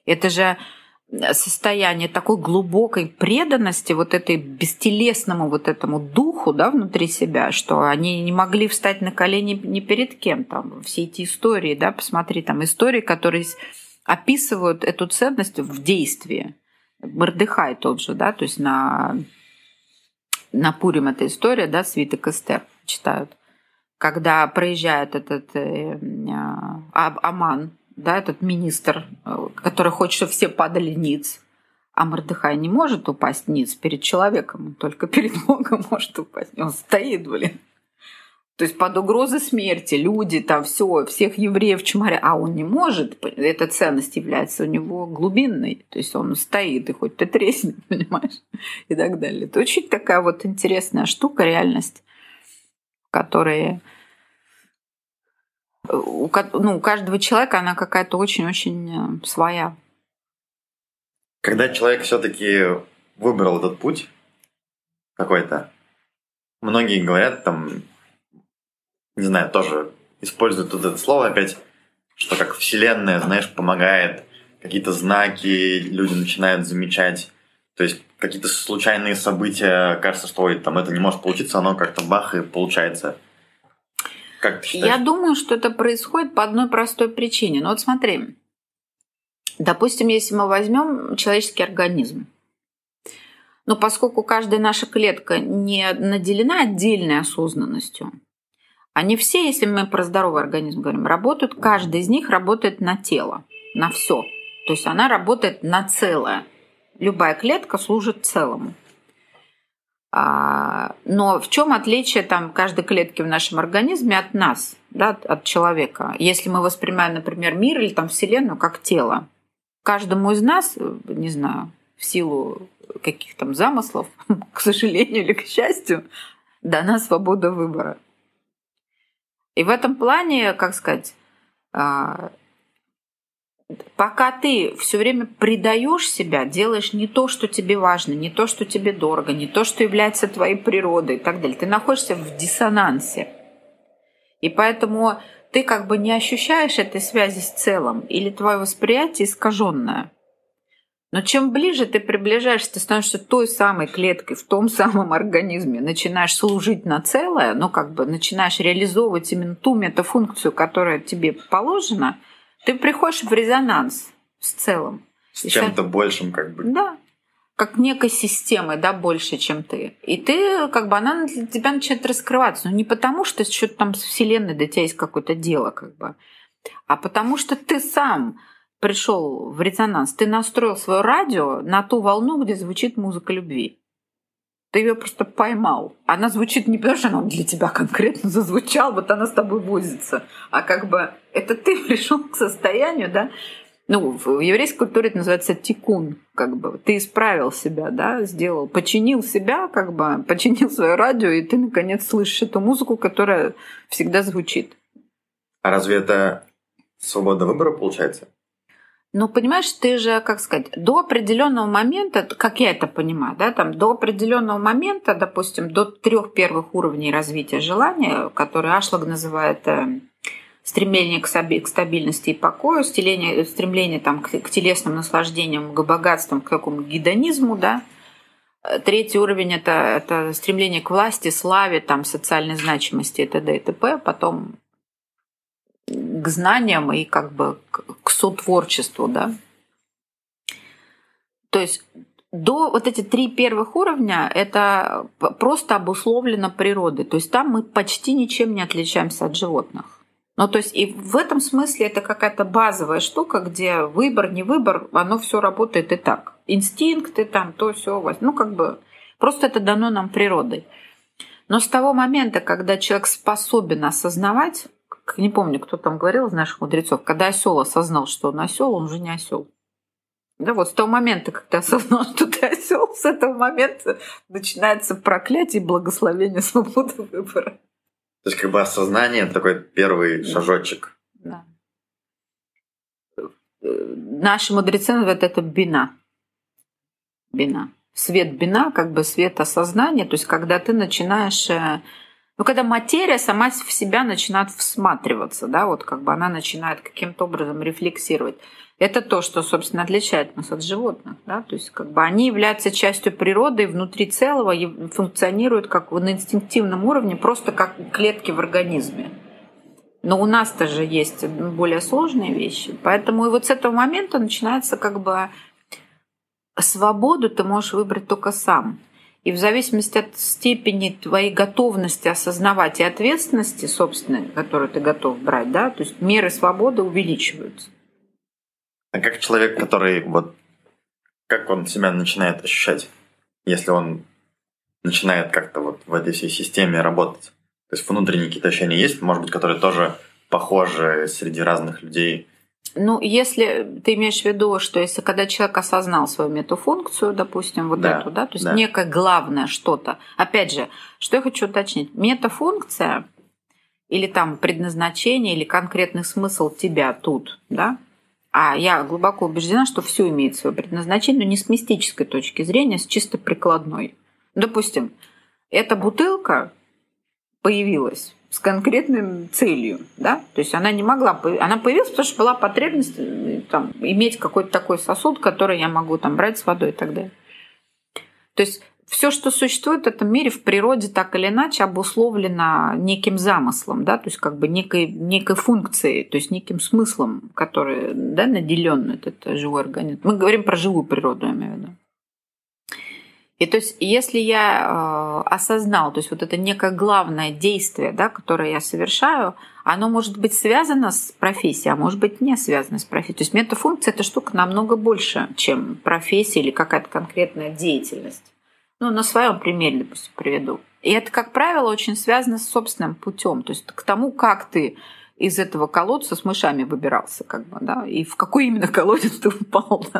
Это же состояние такой глубокой преданности вот этой бестелесному вот этому духу, да, внутри себя, что они не могли встать на колени ни перед кем. Там все эти истории, да, посмотри, там истории, которые описывают эту ценность в действии. Мордехай тот же, да, то есть на, на Пурим эта история, да, свиток Эстер читают, когда проезжает этот э, Аман, да, этот министр, который хочет, чтобы все падали ниц, а Мордехай не может упасть ниц перед человеком, он только перед Богом может упасть. Он стоит, блин. То есть под угрозой смерти люди, там все, всех евреев чморят, а он не может. Эта ценность является у него глубинной. То есть он стоит, и хоть ты тресни, понимаешь, и так далее. Это очень такая вот интересная штука, реальность, в которой у, ну, у каждого человека она какая-то очень-очень своя. Когда человек все-таки выбрал этот путь какой-то, многие говорят, там, не знаю, тоже используют вот это слово опять, что как Вселенная, знаешь, помогает, какие-то знаки люди начинают замечать, то есть какие-то случайные события, кажется, что ой, там это не может получиться, оно как-то бах и получается. Как ты считаешь? Я думаю, что это происходит по одной простой причине. Ну вот смотри, допустим, если мы возьмем человеческий организм, но поскольку каждая наша клетка не наделена отдельной осознанностью, они все, если мы про здоровый организм говорим, работают, каждый из них работает на тело, на все. То есть она работает на целое. Любая клетка служит целому. Но в чем отличие там, каждой клетки в нашем организме от нас, да, от человека? Если мы воспринимаем, например, мир или там, Вселенную как тело, каждому из нас, не знаю, в силу каких там замыслов, к сожалению или к счастью, дана свобода выбора. И в этом плане, как сказать, пока ты все время предаешь себя, делаешь не то, что тебе важно, не то, что тебе дорого, не то, что является твоей природой и так далее, ты находишься в диссонансе. И поэтому ты как бы не ощущаешь этой связи с целым, или твое восприятие искаженное. Но чем ближе ты приближаешься, ты становишься той самой клеткой в том самом организме, начинаешь служить на целое, ну как бы начинаешь реализовывать именно ту метафункцию, которая тебе положена, ты приходишь в резонанс с целым. С и чем-то сейчас... большим как бы. Да, как некой системой, да, больше, чем ты. И ты, как бы, она для тебя начинает раскрываться. Но не потому, что что-то там с Вселенной до тебя есть какое-то дело, как бы, а потому что ты сам пришел в резонанс, ты настроил свое радио на ту волну, где звучит музыка любви. Ты ее просто поймал. Она звучит не потому, что она для тебя конкретно зазвучала, вот она с тобой возится, а как бы это ты пришел к состоянию, да. Ну, в еврейской культуре это называется тикун, как бы ты исправил себя, да, сделал, починил себя, как бы починил свое радио, и ты наконец слышишь эту музыку, которая всегда звучит. А разве это свобода выбора получается? Ну, понимаешь, ты же, как сказать, до определенного момента, как я это понимаю, да, там до определенного момента, допустим, до трех первых уровней развития желания, которые Ашлаг называет стремление к стабильности и покою, стремление, стремление там, к, к телесным наслаждениям, к богатствам, к такому гедонизму, да. Третий уровень это, это стремление к власти, славе, там, социальной значимости и т.д. и т.п. Потом к знаниям и как бы к сотворчеству, да. То есть до вот эти три первых уровня это просто обусловлено природой. То есть там мы почти ничем не отличаемся от животных. Ну, то есть и в этом смысле это какая-то базовая штука, где выбор, не выбор, оно все работает и так. Инстинкты там, то все у вас. Ну, как бы просто это дано нам природой. Но с того момента, когда человек способен осознавать, не помню, кто там говорил из наших мудрецов, когда осел осознал, что он осел, он уже не осел. Да, вот с того момента, когда ты осознал, что ты осел, с этого момента начинается проклятие и благословение свободы выбора. То есть как бы осознание – такой первый да. шажочек. Да. Наши мудрецы называют это бина. Бина. Свет бина, как бы свет осознания. То есть когда ты начинаешь Ну, когда материя сама в себя начинает всматриваться, да, вот как бы она начинает каким-то образом рефлексировать. Это то, что, собственно, отличает нас от животных, да, то есть как бы они являются частью природы и внутри целого функционируют как на инстинктивном уровне, просто как клетки в организме. Но у нас-то же есть более сложные вещи, поэтому и вот с этого момента начинается как бы свободу ты можешь выбрать только сам. И в зависимости от степени твоей готовности осознавать и ответственности, собственно, которую ты готов брать, да, то есть меры свободы увеличиваются. А как человек, который вот как он себя начинает ощущать, если он начинает как-то вот в этой всей системе работать? То есть внутренние какие-то ощущения есть, может быть, которые тоже похожи среди разных людей? Ну, если ты имеешь в виду, что если когда человек осознал свою метафункцию, допустим, вот да, эту, да, то есть да. некое главное что-то. Опять же, что я хочу уточнить. Метафункция или там предназначение, или конкретный смысл тебя тут, да, а я глубоко убеждена, что все имеет свое предназначение, но не с мистической точки зрения, а с чисто прикладной. Допустим, эта бутылка появилась с конкретной целью, да, то есть она не могла, она появилась, потому что была потребность там, иметь какой-то такой сосуд, который я могу там брать с водой и так далее. То есть все, что существует в этом мире, в природе так или иначе обусловлено неким замыслом, да, то есть как бы некой, некой функцией, то есть неким смыслом, который, да, наделен этот живой организм. Мы говорим про живую природу, я имею в виду. И то есть, если я э, осознал, то есть вот это некое главное действие, да, которое я совершаю, оно может быть связано с профессией, а может быть не связано с профессией. То есть метафункция – это штука намного больше, чем профессия или какая-то конкретная деятельность. Ну, на своем примере, допустим, приведу. И это, как правило, очень связано с собственным путем, то есть к тому, как ты из этого колодца с мышами выбирался, как бы, да, и в какой именно колодец ты упал. Да?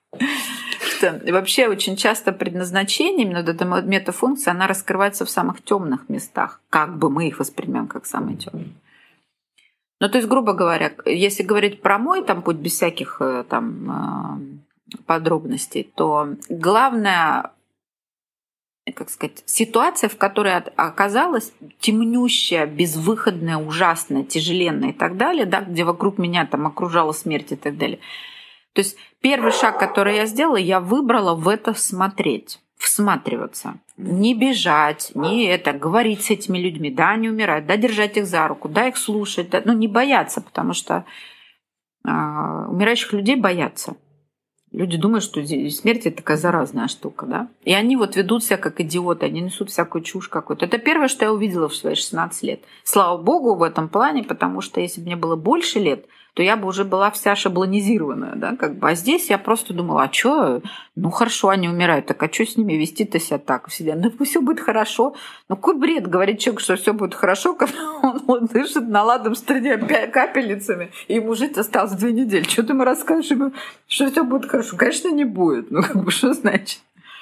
И вообще очень часто предназначение, именно вот эта метафункция, она раскрывается в самых темных местах, как бы мы их воспримем как самые темные. Ну, то есть, грубо говоря, если говорить про мой там путь без всяких там подробностей, то главное, как сказать, ситуация, в которой оказалась темнющая, безвыходная, ужасная, тяжеленная и так далее, да, где вокруг меня там окружала смерть и так далее. То есть первый шаг, который я сделала, я выбрала в это смотреть, всматриваться. Не бежать, не это, говорить с этими людьми, да, не умирать, да, держать их за руку, да, их слушать, да, ну, не бояться, потому что э, умирающих людей боятся. Люди думают, что смерть – это такая заразная штука, да. И они вот ведут себя как идиоты, они несут всякую чушь какую-то. Это первое, что я увидела в свои шестнадцать лет. Слава богу в этом плане, потому что если бы мне было больше лет, то я бы уже была вся шаблонизированная, да, как бы. А здесь я просто думала, а что, ну хорошо, они умирают, так а что с ними вести-то себя так? Все, ну все будет хорошо. Ну какой бред говорит человек, что все будет хорошо, когда он, он дышит наладом с тремя капельницами, и ему жить осталось две недели. Что ты ему расскажешь, что все будет хорошо? Конечно, не будет. Ну как бы что значит?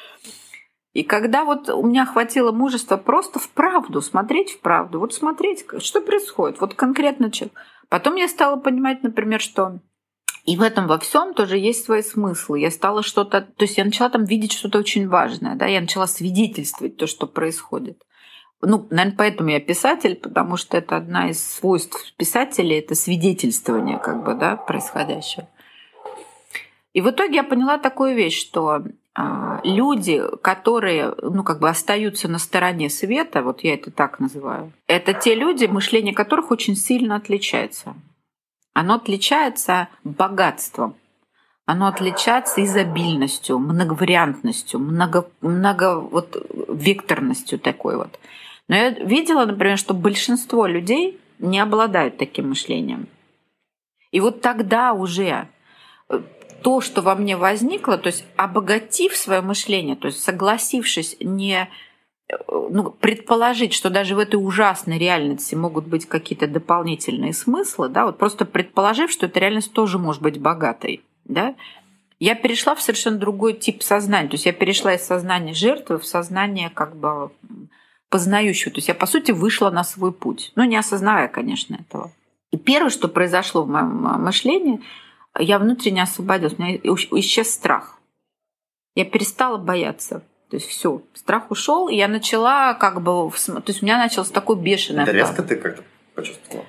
И когда вот у меня хватило мужества просто в правду, смотреть в правду, вот смотреть, что происходит, вот конкретно человек. Потом я стала понимать, например, что и в этом во всем тоже есть свои смыслы. Я стала что-то, то есть я начала там видеть что-то очень важное, да, я начала свидетельствовать то, что происходит. Ну, наверное, поэтому я писатель, потому что это одна из свойств писателя, это свидетельствование, как бы, да, происходящего. И в итоге я поняла такую вещь, что люди, которые, ну, как бы остаются на стороне света, вот я это так называю, это те люди, мышление которых очень сильно отличается. Оно отличается богатством, оно отличается изобильностью, многовариантностью, много, много вот, векторностью такой вот. Но я видела, например, что большинство людей не обладают таким мышлением. И вот тогда уже то, что во мне возникло, то есть обогатив свое мышление, то есть согласившись не ну, предположить, что даже в этой ужасной реальности могут быть какие-то дополнительные смыслы, да, вот просто предположив, что эта реальность тоже может быть богатой, да, я перешла в совершенно другой тип сознания. То есть я перешла из сознания жертвы в сознание как бы познающего. То есть я, по сути, вышла на свой путь. Ну, не осознавая, конечно, этого. И первое, что произошло в моем мышлении, я внутренне освободилась, у меня исчез страх. Я перестала бояться. То есть все, страх ушел, и я начала как бы... То есть у меня начался такой бешеный... Это резко ты как-то почувствовала?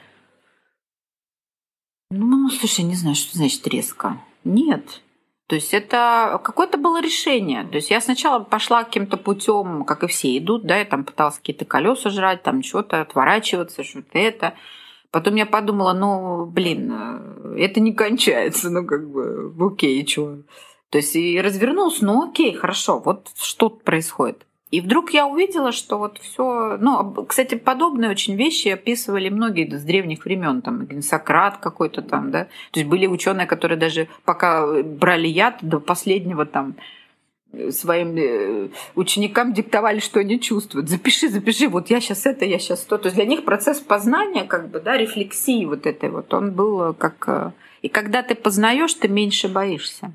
Ну, слушай, не знаю, что значит резко. Нет. То есть это какое-то было решение. То есть я сначала пошла каким-то путем, как и все идут, да, я там пыталась какие-то колеса жрать, там что-то отворачиваться, что-то это. Потом я подумала, ну, блин, это не кончается, ну, как бы, окей, чего. То есть и развернулась, ну, окей, хорошо, вот что происходит. И вдруг я увидела, что вот все, ну, кстати, подобные очень вещи описывали многие с древних времен, там, Сократ какой-то там, да. То есть были ученые, которые даже пока брали яд, до последнего там своим ученикам диктовали, что они чувствуют. Запиши, запиши, вот я сейчас это, я сейчас то. То есть для них процесс познания, как бы, да, рефлексии вот этой вот, он был как... И когда ты познаешь, ты меньше боишься.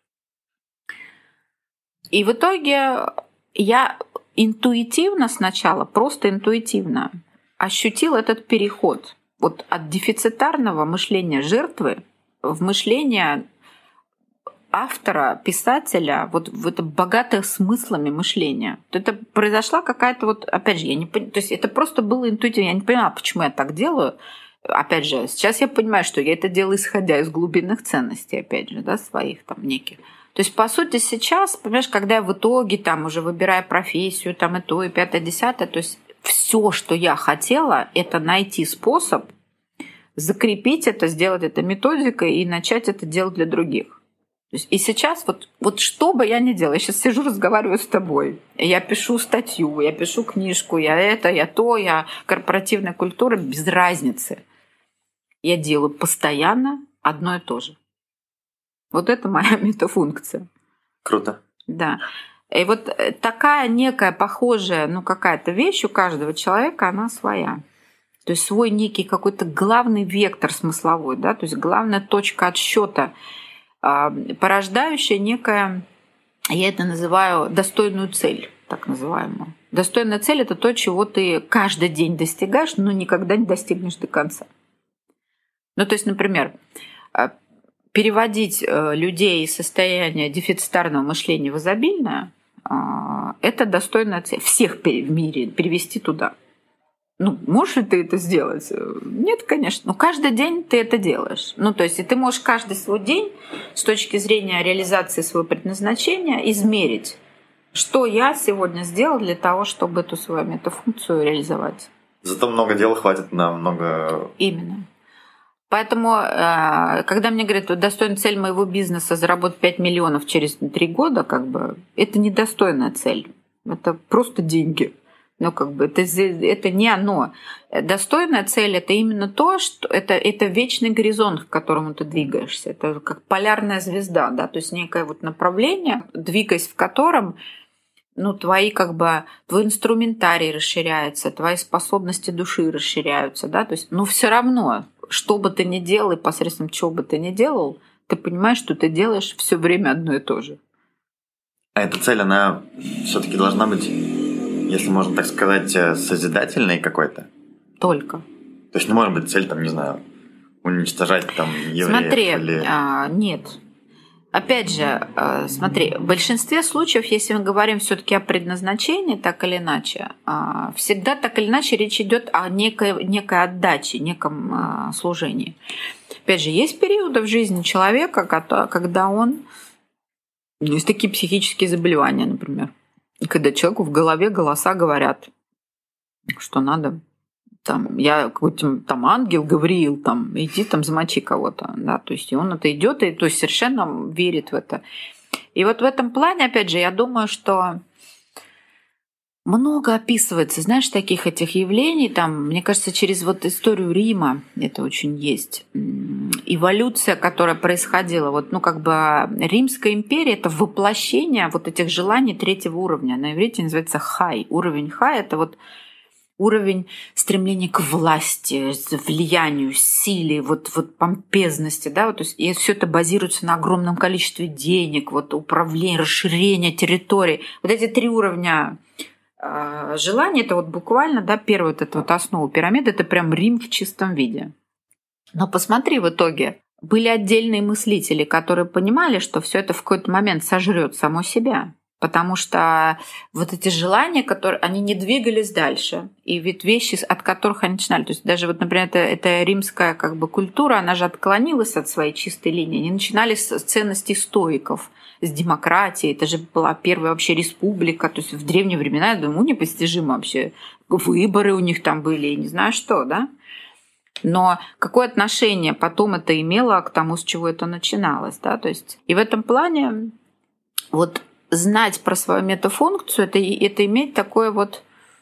И в итоге я интуитивно сначала, просто интуитивно ощутила этот переход вот от дефицитарного мышления жертвы в мышление автора, писателя, вот в это богатое смыслами мышления. Это произошла какая-то вот, опять же, я не понимаю, то есть это просто было интуитивно, я не понимаю, почему я так делаю. Опять же, сейчас я понимаю, что я это делаю, исходя из глубинных ценностей, опять же, да, своих там неких. То есть, по сути, сейчас, понимаешь, когда я в итоге там уже выбираю профессию, там и то, и пятое, десятое, то есть все, что я хотела, это найти способ закрепить это, сделать это методикой и начать это делать для других. То есть, и сейчас вот, вот что бы я ни делала, я сейчас сижу, разговариваю с тобой, я пишу статью, я пишу книжку, я это, я то, я корпоративная культура, без разницы. Я делаю постоянно одно и то же. Вот это моя метафункция. Круто. Да. И вот такая некая похожая, ну, какая-то вещь у каждого человека, она своя. То есть свой некий какой-то главный вектор смысловой, да, то есть главная точка отсчета, порождающая некая, я это называю достойную цель, так называемую. Достойная цель — это то, чего ты каждый день достигаешь, но никогда не достигнешь до конца. Ну, то есть, например, переводить людей из состояния дефицитарного мышления в изобильное — это достойная цель. Всех в мире перевести туда. Ну, можешь ли ты это сделать? Нет, конечно. Но каждый день ты это делаешь. Ну, то есть и ты можешь каждый свой день с точки зрения реализации своего предназначения измерить, что я сегодня сделал для того, чтобы эту свою метафункцию реализовать. Зато много дел хватит на много... Именно. Поэтому, когда мне говорят, вот достойная цель моего бизнеса заработать пять миллионов через три года, как бы, это недостойная цель. Это просто деньги. Ну, как бы, это, это не оно. Достойная цель — это именно то, что это, это вечный горизонт, к которому ты двигаешься. Это как полярная звезда, да, то есть некое вот направление, двигаясь в котором, ну, твои, как бы, твой инструментарий расширяется, твои способности души расширяются, да, то есть, но все равно, что бы ты ни делал и посредством чего бы ты ни делал, ты понимаешь, что ты делаешь все время одно и то же. А эта цель, она все-таки должна быть, если можно так сказать, созидательной какой-то? Только. То есть не может быть цель, там, не знаю, уничтожать там евреев? Смотри, или... а, нет. Опять же, смотри, в большинстве случаев, если мы говорим все-таки о предназначении, так или иначе, всегда так или иначе речь идет о некой, некой отдаче, неком служении. Опять же, есть периоды в жизни человека, когда он... Есть такие психические заболевания, например. Когда человеку в голове голоса говорят, что надо... Там, я какой-то там ангел Гавриил, там, иди там замочи кого-то, да, то есть и он это идет, и то есть совершенно верит в это. И вот в этом плане, опять же, я думаю, что много описывается, знаешь, таких этих явлений, там, мне кажется, через вот историю Рима это очень есть. Эволюция, которая происходила, вот, ну, как бы Римская империя — это воплощение вот этих желаний третьего уровня. На иврите называется хай. Уровень хай — это вот уровень стремления к власти, влиянию, силе, вот, вот помпезности, да, вот, то есть, и все это базируется на огромном количестве денег, вот, управление, расширение территории. Вот эти три уровня э, желания, это вот буквально, да, первая вот эта вот основа пирамиды, это прям Рим в чистом виде. Но посмотри, в итоге были отдельные мыслители, которые понимали, что все это в какой-то момент сожрет само себя. Потому что вот эти желания, которые они не двигались дальше, и ведь вещи, от которых они начинали, то есть даже вот, например, это, это римская как бы культура, она же отклонилась от своей чистой линии. Они начинали с ценностей стоиков, с демократии. Это же была первая вообще республика, то есть в древние времена, я думаю, непостижимо вообще. Выборы у них там были, и не знаю что, да? Но какое отношение потом это имело к тому, с чего это начиналось, да? То есть и в этом плане вот знать про свою метафункцию, это, это иметь такой вот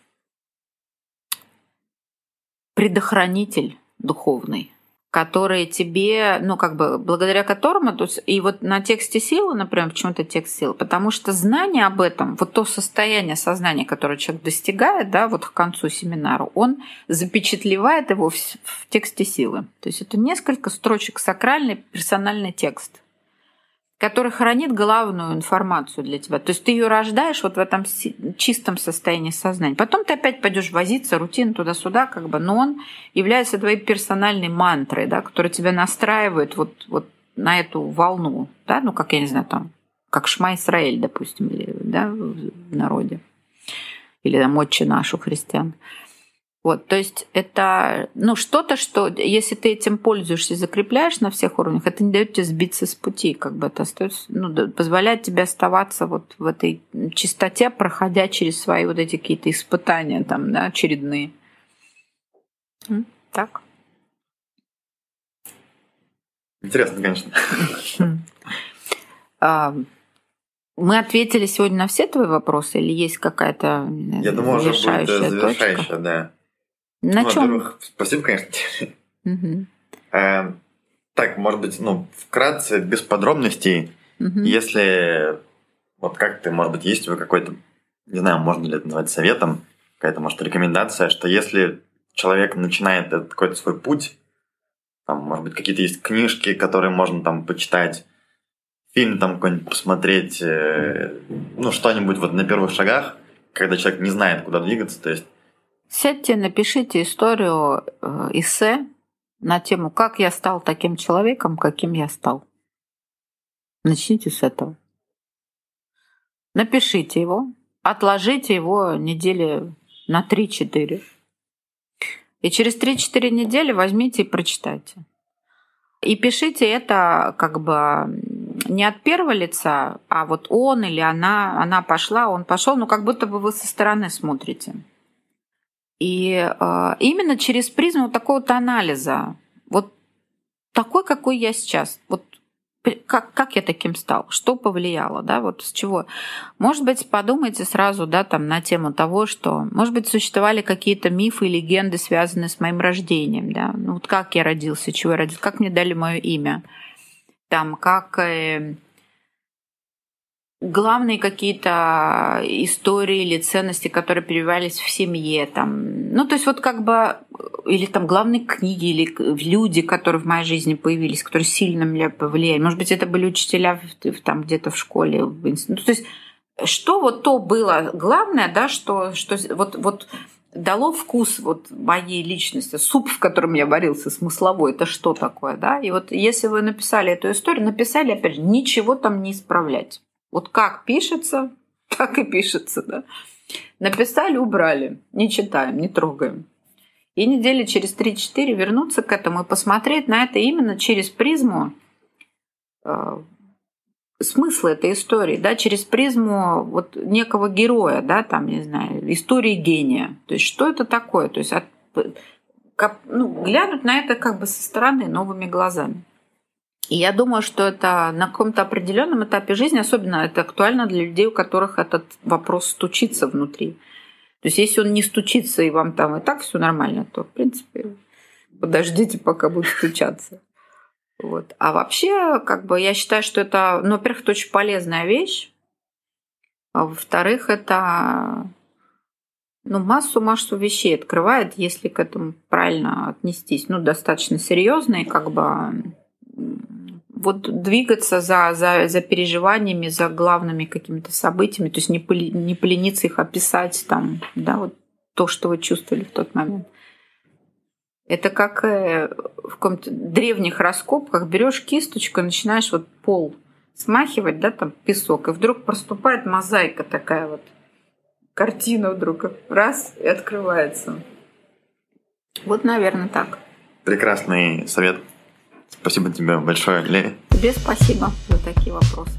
предохранитель духовный, который тебе, ну, как бы, благодаря которому, то есть, и вот на тексте силы, например, почему это текст силы, потому что знание об этом, вот то состояние сознания, которое человек достигает, да, вот к концу семинара, он запечатлевает его в, в тексте силы. То есть это несколько строчек, сакральный персональный текст, который хранит главную информацию для тебя. То есть ты ее рождаешь вот в этом чистом состоянии сознания. Потом ты опять пойдешь возиться, рутин туда-сюда, как бы, но он является твоей персональной мантрой, да, которая тебя настраивает вот, вот на эту волну, да, ну, как, я не знаю, там, как Шма Исраэль, допустим, или, да, в народе, или там Отче наш у христиан. Вот, то есть это, ну, что-то, что, если ты этим пользуешься и закрепляешь на всех уровнях, это не дает тебе сбиться с пути, как бы это остается, ну, позволяет тебе оставаться вот в этой чистоте, проходя через свои вот эти какие-то испытания там, да, очередные. Так. Интересно, конечно. Мы ответили сегодня на все твои вопросы, или есть какая-то Я думаю, завершающая уже будет завершающая, точка? Да. На ну, чем? Во-первых, спасибо, конечно. Угу. э, так, может быть, ну, вкратце, без подробностей, угу. Если вот как ты, может быть, есть у тебя какой-то, не знаю, можно ли это назвать советом, какая-то, может, рекомендация, что если человек начинает этот какой-то свой путь, там, может быть, какие-то есть книжки, которые можно там почитать, фильм там какой-нибудь посмотреть, э, ну, что-нибудь вот на первых шагах, когда человек не знает, куда двигаться, то есть сядьте, напишите историю э, эссе на тему «Как я стал таким человеком, каким я стал». Начните с этого. Напишите его, отложите его недели на три-четыре. И через три-четыре недели возьмите и прочитайте. И пишите это как бы не от первого лица, а вот он или она, она пошла, он пошел, ну как будто бы вы со стороны смотрите. И э, именно через призму такого-то анализа, вот такой, какой я сейчас, вот как, как я таким стал, что повлияло, да, вот с чего. Может быть, подумайте сразу, да, там, на тему того, что, может быть, существовали какие-то мифы и легенды, связанные с моим рождением, да, ну вот как я родился, чего я родился, как мне дали мое имя, там, как... Э, главные какие-то истории или ценности, которые перевивались в семье, там, ну, то есть вот как бы, или там главные книги, или люди, которые в моей жизни появились, которые сильно меня повлияли. Может быть, это были учителя там где-то в школе, в институте. Ну, то есть что вот то было главное, да, что, что вот, вот дало вкус вот моей личности, суп, в котором я варился, смысловой, это что такое, да? И вот если вы написали эту историю, написали, опять же, ничего там не исправлять. Вот как пишется, так и пишется, да. Написали, убрали, не читаем, не трогаем. И недели через три-четыре вернуться к этому и посмотреть на это именно через призму э, смысла этой истории, да, через призму вот некого героя, да, там, не знаю, истории гения. То есть что это такое? То есть от, как, ну, глянуть на это как бы со стороны, новыми глазами. И я думаю, что это на каком-то определенном этапе жизни, особенно это актуально для людей, у которых этот вопрос стучится внутри. То есть если он не стучится, и вам там и так все нормально, то, в принципе, подождите, пока будет стучаться. Вот. А вообще, как бы, я считаю, что это, ну, во-первых, это очень полезная вещь, а во-вторых, это ну, массу-массу вещей открывает, если к этому правильно отнестись. Ну, достаточно серьезно и как бы вот двигаться за, за, за переживаниями, за главными какими-то событиями, то есть не, поли, не полениться их описать, там, да, вот то, что вы чувствовали в тот момент. Это как в каком-то древних раскопках берешь кисточку и начинаешь вот пол смахивать, да, там песок, и вдруг проступает мозаика такая вот, картина вдруг раз и открывается. Вот, наверное, так. Прекрасный совет. Спасибо тебе большое, Лея. Тебе спасибо за такие вопросы.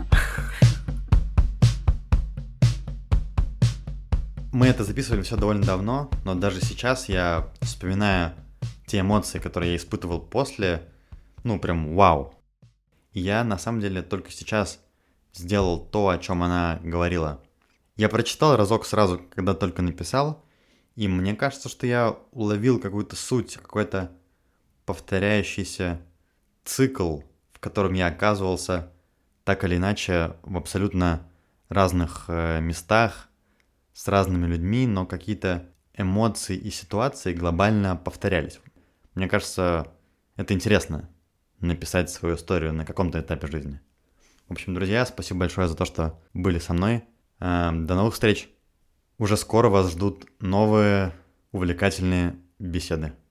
Мы это записывали все довольно давно, но даже сейчас я вспоминаю те эмоции, которые я испытывал после, ну прям вау. И я на самом деле только сейчас сделал то, о чем она говорила. Я прочитал разок сразу, когда только написал, и мне кажется, что я уловил какую-то суть, какой-то повторяющийся цикл, в котором я оказывался так или иначе в абсолютно разных э, местах, с разными людьми, но какие-то эмоции и ситуации глобально повторялись. Мне кажется, это интересно, написать свою историю на каком-то этапе жизни. В общем, друзья, спасибо большое за то, что были со мной. Э, до новых встреч! Уже скоро вас ждут новые увлекательные беседы.